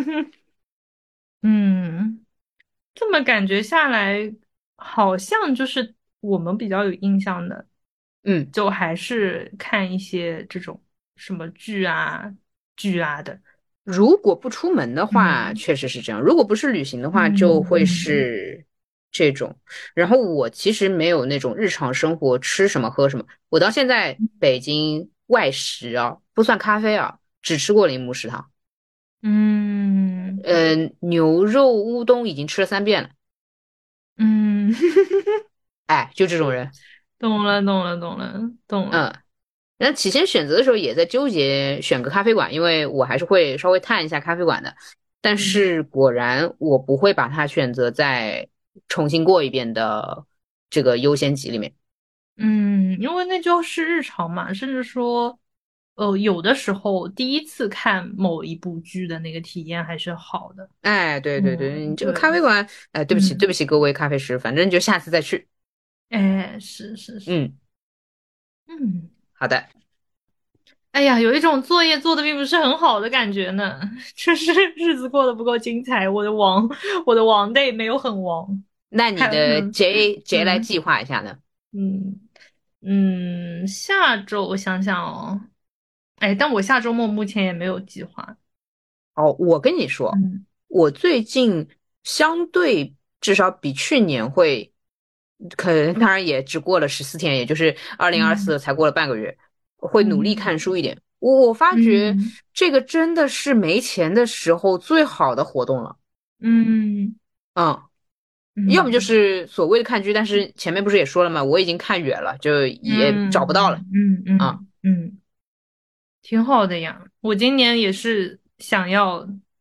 嗯，这么感觉下来，好像就是我们比较有印象的， 嗯。 就还是看一些这种什么剧啊、剧啊的。 如果不出门的话， 嗯确实是这样；如果不是旅行的话，就嗯会嗯是这种。然后我其实没有那种日常生活吃什么喝什么，我到现在北京外食啊，不算咖啡啊，只吃过铃木食堂。 嗯嗯，牛肉乌冬已经吃了三遍了。 嗯， 哎，就这种人。 懂了懂了懂了懂了。 嗯。那起先选择的时候也在纠结选个咖啡馆，因为我还是会稍微探一下咖啡馆的。但嗯是果然我不会把它选择在重新过一遍的这个优先级里面。 嗯，因为那就是日常嘛，甚至说，呃，有的时候第一次看某一部剧的那个体验还是好的。 哎，对对对，你嗯， 这个对， 咖啡馆，哎，对不起对不嗯， 起各位咖啡师，反正就下次再去。 哎，是是是， 嗯。 嗯， 好的。 哎呀，有一种作业做的并不是很好的感觉呢，就是日子过得不够精彩，我的王，我的王 day 没有很王， 那你还有， 的嗯 J J 来嗯计划一下呢？ 嗯嗯，下周我想想哦，哎，但我下周末目前也没有计划。 哦，我跟你说， 嗯我最近相对至少比去年会，可能当然也只过了十四天，也就是二零二四嗯才过了半个月，会努力嗯看书一点。我我发觉嗯这个真的是没钱的时候最好的活动了。 嗯嗯。要么就嗯是所谓的看剧，但是前面不是也说了吗？我已经看远了，就也找不到了。 嗯嗯嗯啊。 嗯嗯，挺好的呀。我今年也是想要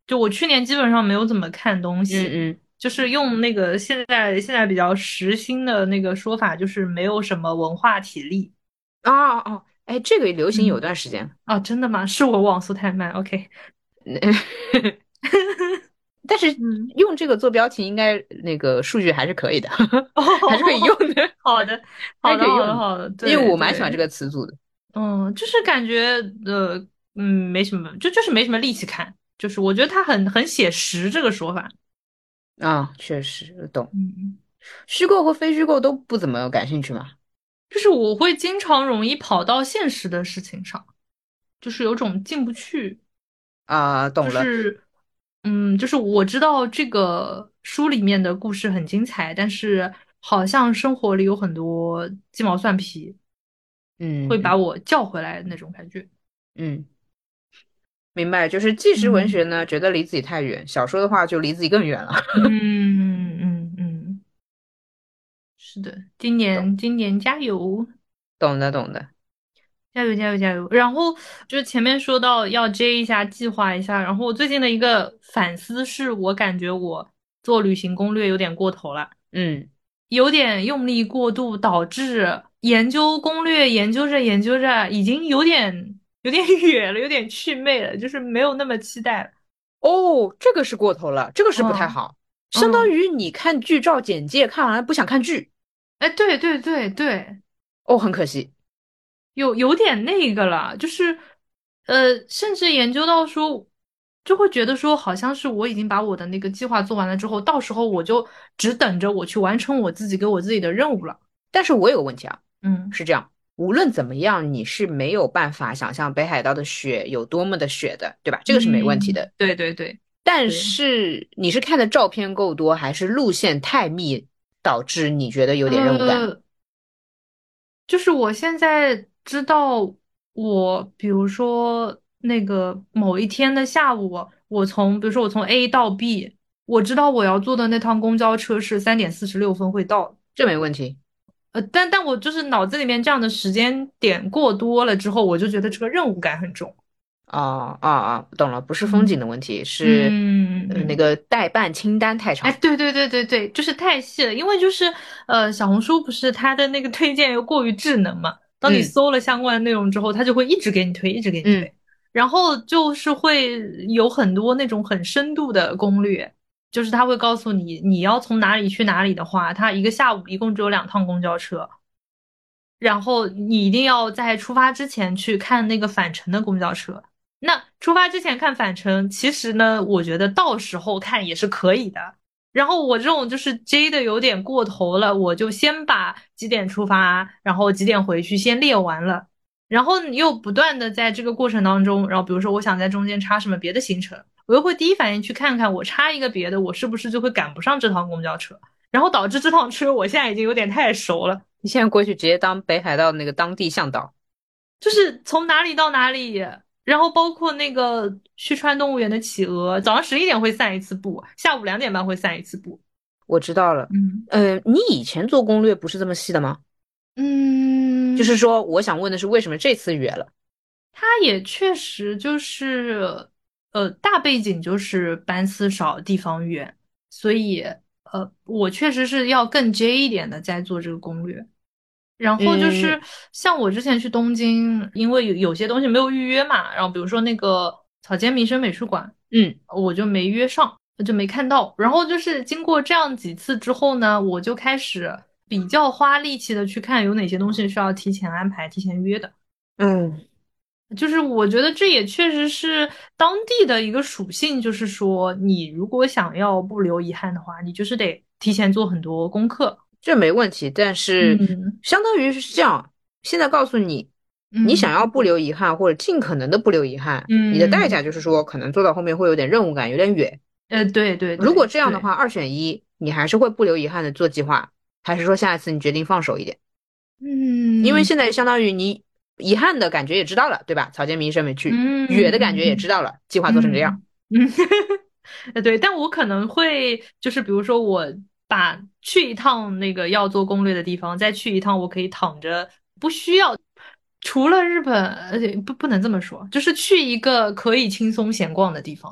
就我去年基本上没有怎么看东西， 嗯嗯。 就是用那个现在现在比较时兴的那个说法，就是没有什么文化体力。 啊哦，哎，这个流行有嗯， 段时间。 啊，真的吗？是我网速太慢？OK。 但是嗯。 用这个做标题，应该那个数据还是可以的，还是可以用哦， 的， 好的， 还好的，好的， 是可以用的， 好的， 因为对对。 我蛮喜欢这个词组的。 嗯，就是感觉呃，嗯，没什么，就就是没什么力气看，就是我觉得他很很写实这个说法。 啊，确实懂。 嗯， 虚构和非虚构都不怎么感兴趣嘛。 就是我会经常容易跑到现实的事情上，就是有种进不去。 啊， 就懂了。 是嗯，就是我知道这个书里面的故事很精彩，但是好像生活里有很多鸡毛蒜皮，会把嗯我叫回来的那种感觉。 嗯，明白。就是纪实文嗯学呢，觉得离自己太远；小说的话，就离自己更远了。 嗯嗯嗯，是的，今懂年今年加油， 懂的懂的。 加油加油加油！然后就是前面说到要 J 一下，计划一下，然后我最近的一个反思是，我感觉我做旅行攻略有点过头了， 嗯。 有点用力过度，导致研究攻略研究着研究着，已经有点有点远了，有点祛魅了，就是没有那么期待了。 哦，这个是过头了，这个是不太嗯好。相当嗯， 于你看剧照简介看完了不想看剧。 哎，对对对对。 哦，很可惜。 有有点那个了，就是，呃，甚至研究到说，就会觉得说，好像是我已经把我的那个计划做完了之后，到时候我就只等着我去完成我自己给我自己的任务了。 但是我有个问题啊， 嗯是这样，无论怎么样，你是没有办法想象北海道的雪有多么的雪的，对吧？这个是没问题嗯， 的。 对对对但对。 是你是看的照片够多，还是路线太密，导致你觉得有点任务感？ 呃，就是我现在知道我，比如说那个某一天的下午，我从比如说我从 A 到 B，我知道我要坐的那趟公交车是三点四十六分会到。 这没问题。 呃，但但我就是脑子里面这样的时间点过多了之后，我就觉得这个任务感很重。 啊啊啊，懂了，不是风景嗯的问题，是呃那嗯嗯， 个代办清单太哎， 长。 对对对对对，就是太细了，因为就是呃，小红书不是它的那个推荐又过于智能嘛，当你嗯搜了相关的内容之后，它就会一直给你推，一直给你嗯。 推，然后就是会有很多那种很深度的攻略，就是它会告诉你你要从哪里去哪里的话，它一个下午一共只有两趟公交车。然后你一定要在出发之前去看那个返程的公交车。那出发之前看返程，其实呢，我觉得到时候看也是可以的。然后我这种就是 J 的有点过头了，我就先把几点出发，然后几点回去先列完了，然后你又不断的在这个过程当中，然后比如说我想在中间插什么别的行程，我又会第一反应去看看我插一个别的，我是不是就会赶不上这趟公交车，然后导致这趟车我现在已经有点太熟了。 你现在过去直接当北海道那个当地向导。 就是从哪里到哪里，然后包括那个旭川动物园的企鹅，早上十一点会散一次步，下午两点半会散一次步。 我知道了。 嗯呃，你以前做攻略不是这么细的吗？就是嗯， 说，我想问的是，为什么这次远了？ 它也确实就是，呃，大背景就是班次少，地方远，所以呃，我确实是要更 J 一点的在做这个攻略。然后就是嗯像我之前去东京，因为有有些东西没有预约嘛，然后比如说那个草间弥生美术馆， 嗯。 我就没约上，就没看到。然后就是经过这样几次之后呢，我就开始比较花力气的去看有哪些东西需要提前安排、提前约的。 嗯， 就是我觉得这也确实是当地的一个属性，就是说你如果想要不留遗憾的话，你就是得提前做很多功课。 这没问题，但是嗯相当于是这样。现在告诉你，你想嗯要不留遗憾，或者尽可能的不留遗憾，你的代嗯， 价就是说，可能做到后面会有点任务感，有点远。 呃，对对如果对对。 这样的话，二选一，你还是会不留遗憾的做计划，还是说下一次你决定放手一点？因为嗯现在相当于你遗憾的感觉也知道了，对吧？草间弥生没去， 嗯远的感觉也知嗯道了，计划做成这样。 嗯嗯，呃，对，但我可能会就是比如说我把去一趟那个要做攻略的地方，再去一趟我可以躺着不需要，除了日本，呃，不不能这么说，就是去一个可以轻松闲逛的地方，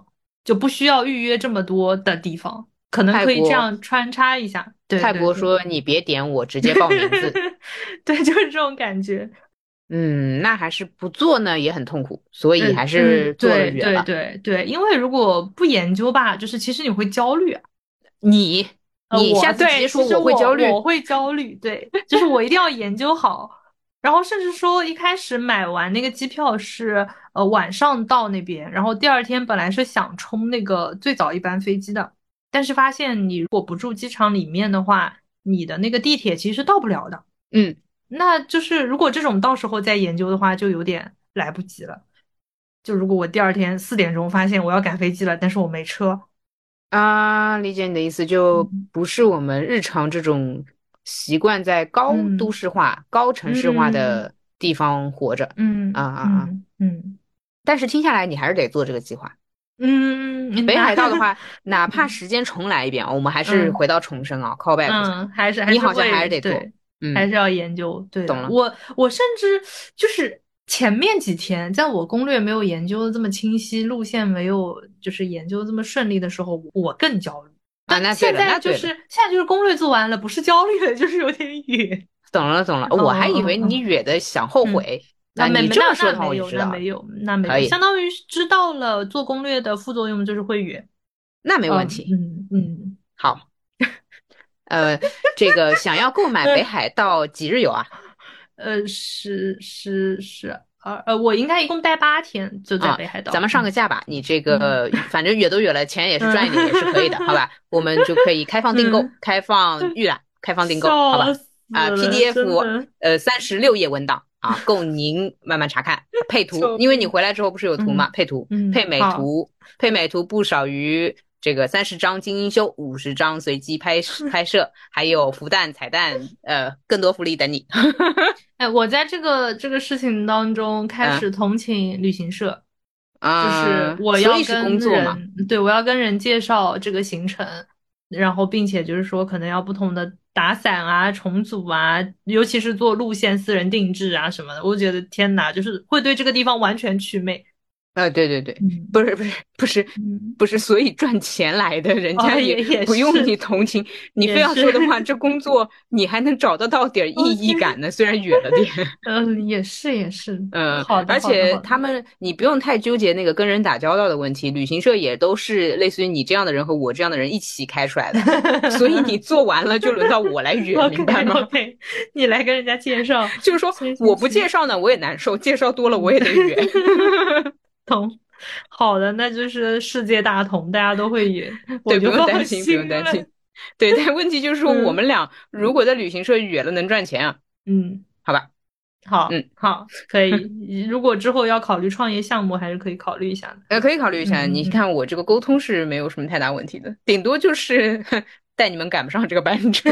就不需要预约这么多的地方，可能可以这样穿插一下。对泰国说你别点我，直接报名字。 对，就是这种感觉。 嗯，那还是不做呢，也很痛苦，所以还是做了远了。 对对对对，因为如果不研究吧，就是其实你会焦虑啊。 你呃，我你下次直对， 接说其实我会焦虑， 我我会焦虑，对，就是我一定要研究好，然后甚至说一开始买完那个机票是呃晚上到那边，然后第二天本来是想冲那个最早一班飞机的，但是发现你如果不住机场里面的话，你的那个地铁其实到不了的。 嗯， 那就是如果这种到时候再研究的话，就有点来不及了。就如果我第二天四点钟发现我要赶飞机了，但是我没车。 啊，理解你的意思，就嗯不是我们日常这种习惯在高都嗯市化、高城市化嗯的地方活着。啊嗯啊啊！ 嗯嗯但是听下来，你还是得做这个计划。 嗯， 北那海道的话，哪怕时间重来一遍啊，我们还是嗯回到重生啊，call back 一下。 嗯，还是还你好像还是会是得做， 对，还嗯， 是要研究。对的， 懂了。 我我甚至就是前面几天，在我攻略没有研究的这么清晰，路线没有就是研究这么顺利的时候，我更焦虑。 啊， 但现那对了，那对了， 在就是现在就是攻略做完了，不是焦虑了，就是有点远。 懂了懂了。 嗯我还以为嗯嗯你远的想后嗯， 悔，那你那没没那这么说的话，我那没有就知道了。 那没有那没有，相可以， 当于是知道了做攻略的副作用就是会远。 那没问嗯题。 嗯嗯好，呃，这个想要购买北嗯海道几日游啊？ 呃是是是呃呃，我应该一共待八天，就在啊， 北海道。 咱们上个嗯价吧。你这嗯个反正远都远了，钱也是赚一点，也是可以的，好嗯吧？我们就可以开放订购， 嗯， 开放预览，开放订购，好吧？ 笑死啊了，真 ，P D F 的， 呃三十六页文档啊，供您慢慢查看。配图，因为你救命！ 回来之后不是有图嘛？ 嗯配图，配嗯，好。 美图，配美图不少于这个三十张精英修，五十张随机拍拍摄，还有福袋彩蛋，呃，更多福利等你。 哎，我在这个这个事情当中开嗯始同情旅行社，就是啊， 我所以是要跟工作嘛。 人，对，我要跟人介绍这个行程，然后并且就是说可能要不同的打散啊、重组啊，尤其是做路线私人定制啊什么的，我觉得天哪，就是会对这个地方完全祛魅。 呃，对对对， 嗯不是不是不是嗯， 不是，所以赚钱来的，人哦， 家也也也不用你是同情。你非也是， 要说的话，这工作你还能找得到点意哦天， 义感呢，虽然远了点。 嗯，也是也是， 嗯， 好的而好的好的， 且他们，你不用太纠结那个跟人打交道的问题，旅行社也都是类似于你这样的人和我这样的人一起开出来的，所以你做完了就轮到我来约， OK 明白吗？ OK，你来跟人家介绍， 就是说行我不行行， 介绍呢，我也难受，介绍多了我也得约。 懂，好的，那就是世界大同，大家都会远，我对，不就放用担心，不用心了。 担心。对，但问题就是说，我嗯们俩如果在旅行社约了，能赚钱啊？ 嗯， 好吧， 好嗯， 好，可以。如果之后要考虑创业项目，还是可以考虑一下的。 呃，可以考虑一嗯下。你嗯嗯， 看我这个沟通是没有什么太大问题的，顶多就是带你们赶不上这个班车，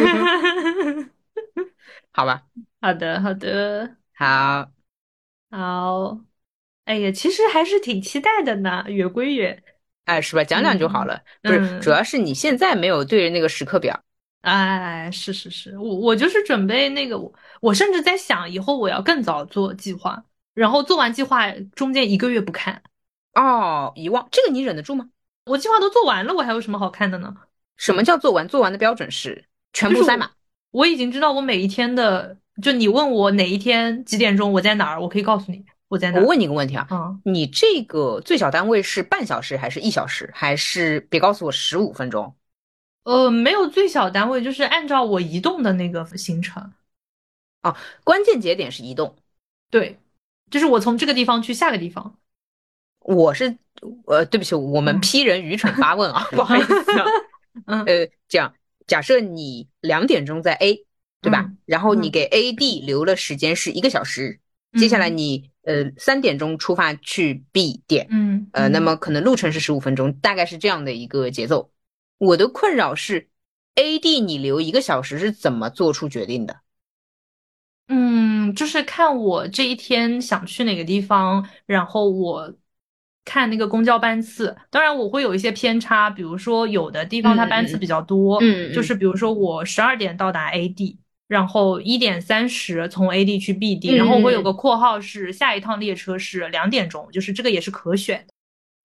好吧？ 好的好的好， 好。哎呀，其实还是挺期待的呢，远归远。 哎，是吧？讲讲就好嗯了。不是，主嗯。 要是你现在没有对着那个时刻表。 哎，是是是，我我就是准备那个，我我甚至在想，以后我要更早做计划，然后做完计划中间一个月不看， 哦，遗忘，这个你忍得住吗？ 我计划都做完了，我还有什么好看的呢？ 什么叫做完？做完的标准是全就是我部塞满。 我已经知道我每一天的，就你问我哪一天几点钟我在哪儿，我可以告诉你我在哪儿。 我问你个问题啊， 嗯， 你这个最小单位是半小时还是一小时，还是别告诉我十五分钟？ 呃，没有最小单位，就是按照我移动的那个行程。 哦，关键节点是移动。 对，就是我从这个地方去下个地方。 我是，呃，对不起，我们嗯批人愚蠢发问啊，不好意思啊。 嗯呃，这样，假设你两点钟在 A，对吧？ 嗯然后你嗯给 A D 留了时间是一个小时，接下来嗯你呃三点钟出发去 B 点，呃，那嗯嗯。 么可能路程是十五分钟，大概是这样的一个节奏。我的困扰是，A D 你留一个小时是怎么做出决定的？ 嗯，就是看我这一天想去哪个地方，然后我看那个公交班次。当然，我会有一些偏差，比如说有的地方它班次比嗯嗯较多，就嗯嗯是比如说我十二点到达 A D，然后一点三十从 A D 去 B D，然后我会有个嗯嗯嗯括号是下一趟列车是两点钟，就是这个也是可选的。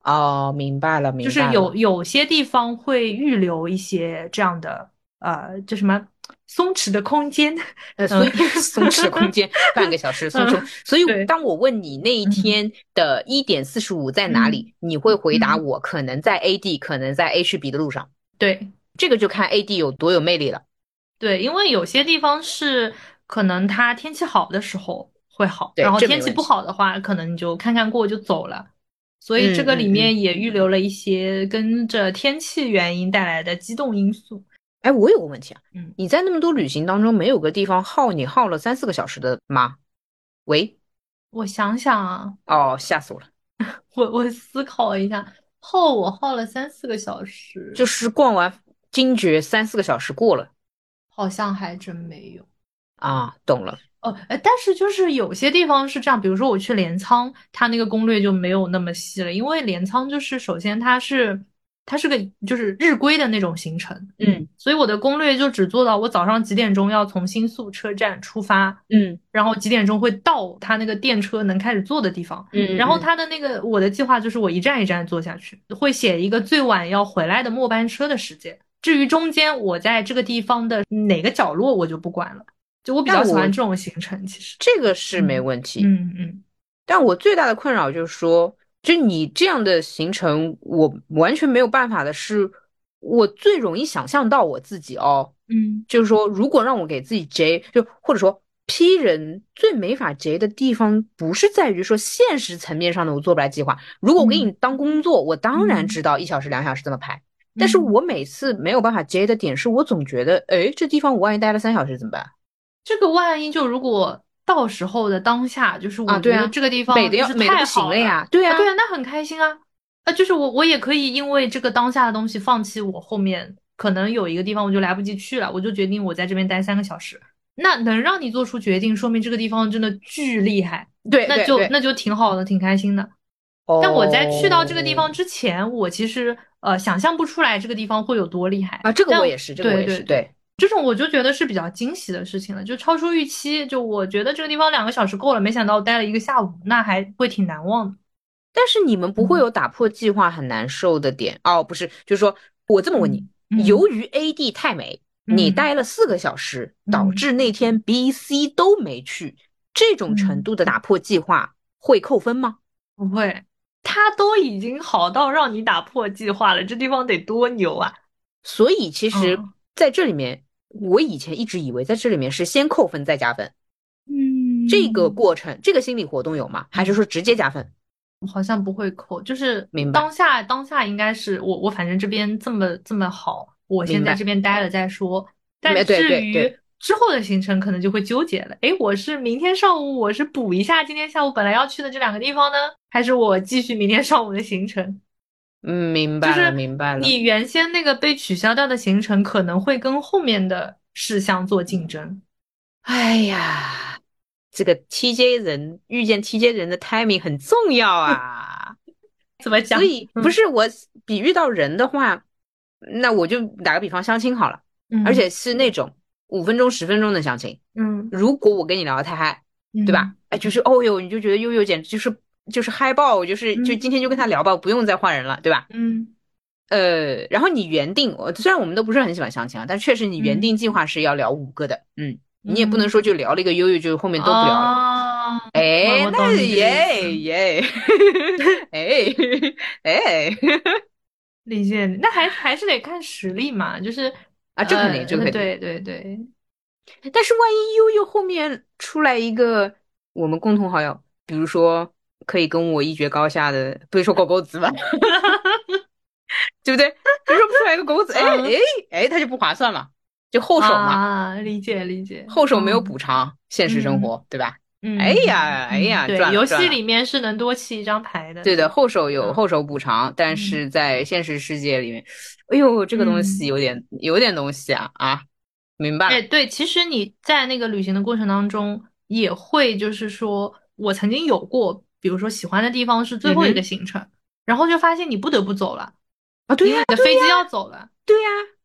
哦，明白了， 就是有明白了。 有些地方会预留一些这样的呃，就什么松弛的空间。 呃，所嗯以松弛的空间半个小时松弛。 嗯， 所以对， 当我问你那一嗯天的一点四十五在哪嗯里，你会回答嗯， 我可能在 A 地，可能在 A 去 B 的路上。 对。 这个就看 A 地有多有魅力了。 对，因为有些地方是可能它天气好的时候会好，然对， 后天气不这没问题。 好的话，可能你就看看过就走了。所以这嗯嗯嗯。 个里面也预留了一些跟着天气原因带来的机动因素。 哎，我有个问题啊， 嗯， 你在那么多旅行当中，没有个地方耗你耗了三四个小时的吗？喂， 我想想啊， 哦，吓死我了！ 我我思考一下，耗我耗了三四个小时， 就是逛完惊觉三四个小时过了好像还真没有。 啊，懂了。 哦，哎，但是就是有些地方是这样，比如说我去镰仓，它那个攻略就没有那么细了，因为镰仓就是首先它是它是个就是日规的那种行程， 嗯所以我的攻略就只做到我早上几点钟要从新宿车站出发， 嗯然后几点钟会到它那个电车能开始坐的地方，然后嗯嗯它的那个我的计划就是我一站一站坐下去，会写一个最晚要回来的末班车的时间，至于中间我在这个地方的哪个角落我就不管了。就我比较喜欢但我这种行程，其实。 这个是没嗯问题， 嗯嗯但我最大的困扰就是说，就你这样的行程，我完全没有办法的是，我最容易想象到我自己哦， 嗯就是说，如果让我给自己 J，就或者说 P 人最没法 J 的地方，不是在于说现实层面上的我做不来计划。如果我给你嗯当工作，我当然嗯知道一小时两小时怎么排，但是嗯， 我每次没有办法 J 的点是，我总觉得，哎，这地方我万一待了三小时怎么办？ 这个万一就如果到时候的当下，就是啊， 我觉得对啊， 这个地美的方就是太要美的不行好了了呀，对啊，对啊。 啊，那很开心啊，啊，就是我我也可以因为这个当下的东西放弃我后面可能有一个地方我就来不及去了，我就决定我在这边待三个小时，那能让你做出决定，说明这个地方真的巨厉害，那对对对。 就那就挺好的，挺开心的。但我在去到这个地哦， 方之前，我其实呃想象不出来这个地方会有多厉害。 啊，这个但我也是，这个我也是， 对对对， 对。 这种我就觉得是比较惊喜的事情了，就超出预期。就我觉得这个地方两个小时够了，没想到待了一个下午，那还会挺难忘的。 但是你们不会嗯有打破计划很难受的点哦，不是，就是说我这么问你， 嗯嗯由于 A D 太美，你嗯待了四个小时，导嗯致那天 B、C 都没去，这种程嗯， 度的打破计划会扣分吗？ 不会，他都已经好到让你打破计划了，这地方得多牛啊！ 所以其实嗯在这里面，我以前一直以为在这里面是先扣分再加分，这个嗯过程，这个心理活动有吗？还是嗯。 说直接加分？ 好像不会扣，就是明白， 当下当下应该是我我反正这边这么这么好，我先在这明白。 边待了再说。但没，对至于对对。 之后的行程，可能就会纠结了。诶，我是明天上午我是补一下今天下午本来要去的这两个地方呢，还是我继续明天上午的行程？ 嗯，明白了， 就是明白了。 你原先那个被取消掉的行程，可能会跟后面的事项做竞争。 哎呀，这个 T J 人遇见 T J 人的 timing 很重要啊。 怎么讲？ 所以不嗯是我比喻到人的话，那我就打个比方，相亲好了，而嗯且是那种五分钟、十分钟的相亲。 嗯如果我跟你聊得太嗨，对吧？ 嗯哎，就是哦哟，你就觉得悠悠简直就是就是嗨爆，就是就嗯今天就跟他聊吧，不用再换人了，对吧？ 嗯呃，然后你原定，我虽然我们都不是很喜欢相亲啊，但确实你原嗯定计划是要聊五个的，嗯，你也不能嗯。 说就聊了一个悠悠就后面都不聊了。 啊，我哎， 我懂那你这个意思， 耶耶，哎哎理解你。那还还是得看实力嘛，就是啊，这肯定，这呃， 肯定。 对对对， 但是万一悠悠后面出来一个我们共同好友，比如说可以跟我一决高下的，不是说狗狗子吧，对不对？比如说出来一个狗狗子，哎嗯哎哎，他就不划算嘛，就后手嘛。 啊，理解理解， 后手没有补嗯偿，现实生嗯活，对吧？哎嗯嗯呀，哎嗯， 呀， 对， 赚了赚了。 游戏里面是能多起一张牌的， 对的， 对， 后手有嗯后手补偿，但嗯是在现实世界里面，哎呦，这个东西嗯。 有点有点东西啊啊，明白哎， 了。 对，其实你在那个旅行的过程当中，也会就是说，我曾经有过，比如说喜欢的地方是最后一个嗯哼。 行程，然后就发现你不得不走了， 啊，对呀， 因为你的对呀， 飞机要走了。 对呀。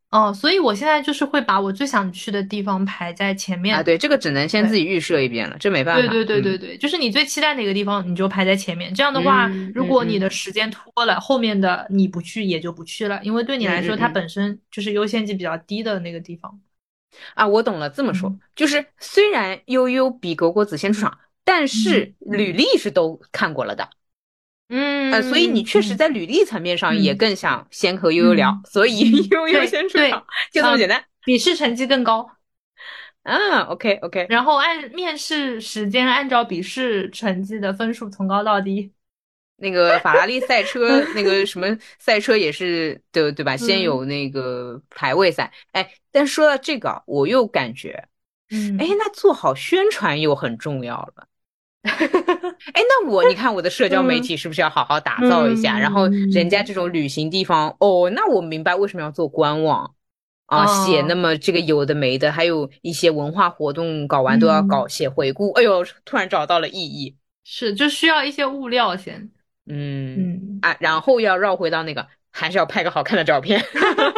哦，所以我现在就是会把我最想去的地方排在前面。 啊，对，这个只能先自己预设一遍了，这没办法。 对对对对嗯对，就是你最期待哪个地方，你就排在前面。这样的话，如嗯嗯嗯果你的时间拖了，后面的你不去也就不去了，因为对你来说，它嗯嗯嗯。 本身就是优先级比较低的那个地方。 啊，我懂了。这么说， 嗯就是虽然悠悠比狗狗子先出场，但嗯是履历是都看过了的。呃，所以你确实嗯嗯在履历层面上也嗯更想先和悠悠聊， 嗯所以嗯， 悠悠对对， 先出场，就这么简嗯， 单。 笔试成绩更高， 啊，OK OK。 然后按面试时间按照笔试成绩的分数从高到低。 那个法拉利赛车，那个什么赛车也是对对吧？先有嗯那个排位赛，哎，但说到这个，我又感觉，哎， 嗯那做好宣传又很重要了。哎，那我你看我的社交媒嗯体是不是要好好打造一下？然后人家嗯这种旅行地方，哦，那我明白为什么要做官网啊，写那哦么这个有的没的，还有一些文化活动搞完都要嗯。 搞写回顾。哎呦，突然找到了意义。 是，就需要一些物料先。 嗯嗯， 啊，然后要绕回到那个，还是要拍个好看的照片。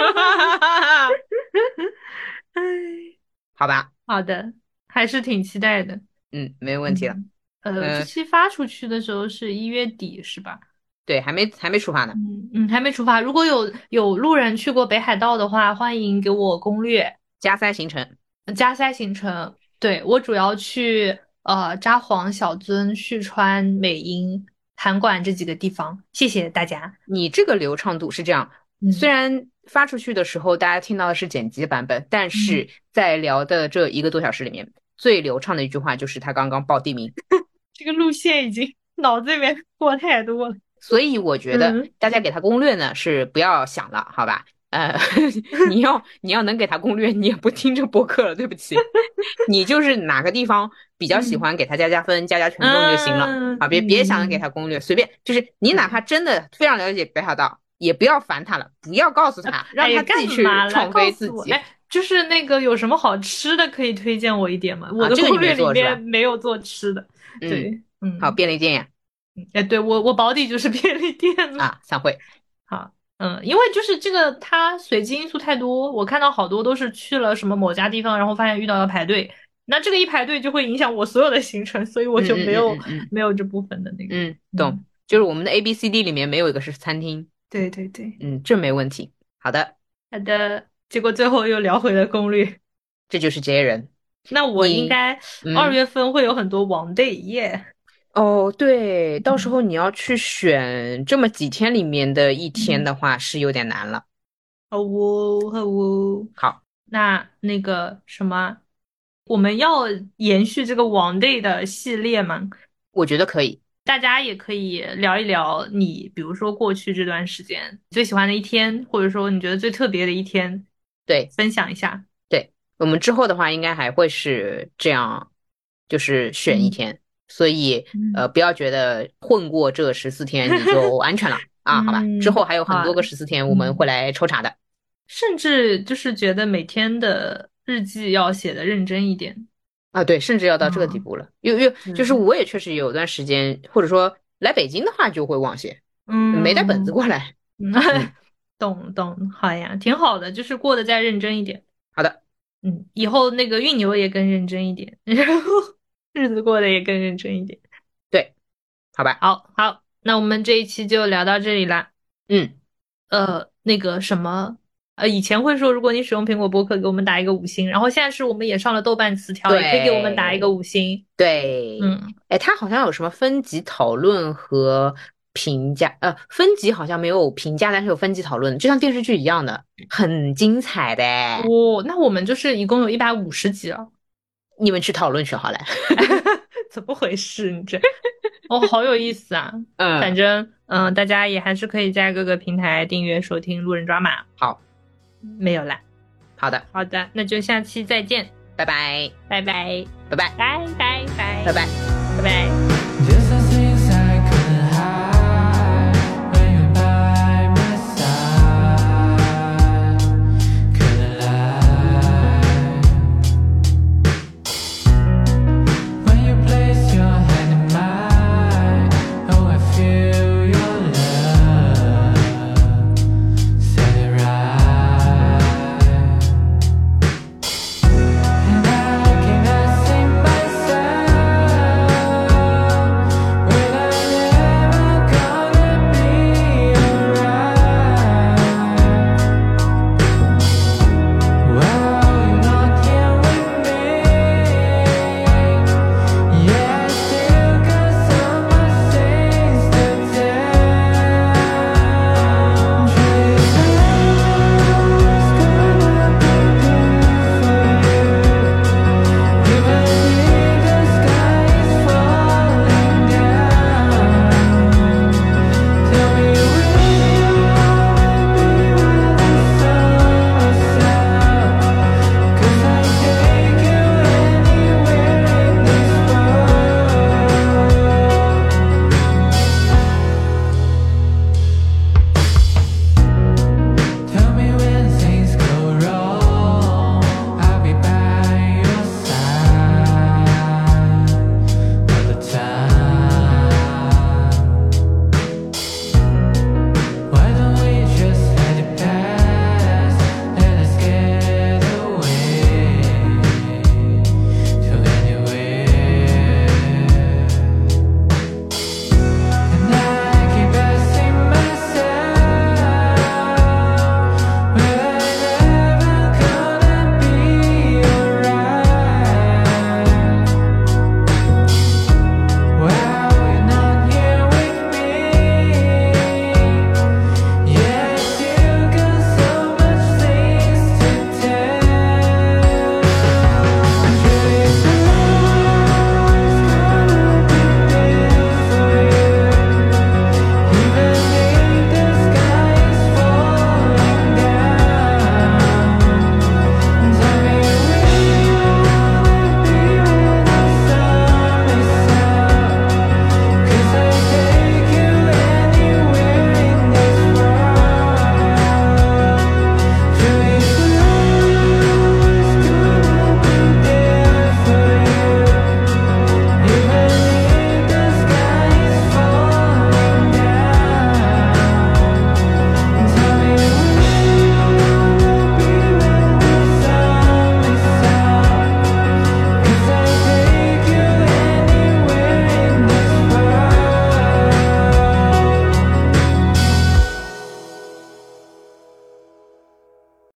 唉， 好吧。 好的，还是挺期待的。 嗯，没问题了。 嗯，呃，这呃， 期发出去的时候是一月底是吧？ 对，还没还没出发呢。 嗯嗯，还没出发。如果有有路人去过北海道的话，欢迎给我攻略， 加塞行程。 加塞行程。对，我主要去呃札幌、小樽、旭川、美瑛、函馆这几个地方。谢谢大家。 你这个流畅度是这样，虽嗯然发出去的时候大家听到的是剪辑版本，但嗯， 是在聊的这一个多小时里面，最流畅的一句话就是他刚刚报地名。 这个路线已经脑子里面过太多了。 所以我觉得嗯。 大家给他攻略呢是不要想了，好吧？呃，你要你要能给他攻略，你也不听这播客了，对不起。你就是哪个地方比较喜嗯欢，给他加加分、加加权重就行了嗯啊！别别想着给嗯， 他攻略，随便，就是你哪怕对， 真的非常了解北海道，也不要烦他了，不要告诉他，让哎呀， 他自己干嘛了？ 去创告飞自己。 诉我，哎，就是那个有什么好吃的可以推荐我一点吗？我啊！ 的这个你没攻略里做是吧？ 面没有做吃的。 嗯， 对， 好， 嗯， 便利店呀。 哎，对我我保底就是便利店了。 啊，散会。 好，嗯，因为就是这个它随机因素太多，我看到好多都是去了什么某家地方，然后发现遇到要排队，那这个一排队就会影响我所有的行程，所以我嗯嗯嗯就没有嗯嗯没有这部分的那个。 嗯，懂。 嗯， 就是我们的 A B C D 里面没有一个是餐厅。 对对对。 嗯，这没问题。好的。 好的，结果最后又聊回了攻略。 这就是这些人。 那我应你， 该二嗯， 月份会有很多王 day 耶。 哦，对，到时嗯候你要去选这么几天里面的一天嗯， 的话，是有点难了。 好哦好哦。 好， 那那个什么，我们要延续这个王 day 的系列吗？ 我觉得可以。 大家也可以聊一聊你，比如说过去这段时间最喜欢的一天，或者说你觉得最特别的一天， 对分享一下。 对，我们之后的话应该还会是这样，就是选一嗯天，所以呃， 嗯不要觉得混过这十四天你就安全了啊，好吧？之嗯， 后还有很好， 多个十四天我们会嗯。 来抽查的。 甚至就是觉得每天的日记要写的认真一点。 啊，对，甚至要到这个地嗯， 步了，因为因为就是是， 我也确实有段时间，或者说来北京的话就会忘写，没带本子嗯过来。 嗯， 嗯， 懂懂，好呀，挺好的，就是过得再认真一点。 好的。 嗯，以后那个运牛也更认真一点，然后日子过得也更认真一点。 对，好吧。 好，好，那我们这一期就聊到这里啦。 嗯， 呃，那个什么，呃，以前会说，如果你使用苹果播客，给我们打一个五星，然后现在是我们也上了豆瓣词条，也可以给我们打一个对五星。 对。 嗯。 哎，它好像有什么分级讨论和评价，呃，分级好像没有评价，但是有分级讨论，就像电视剧一样的，很精彩的。 哦，那我们就是一共有一百五十集了。 你们去讨论去好了。 怎么回事？你这，哦，好有意思啊！反嗯， 正，嗯、大家也还是可以在各个平台订阅收听路人抓马。 好没有啦。 好的， 好的，那就下期再见， 拜拜拜拜， 拜拜拜拜拜拜拜。 拜拜。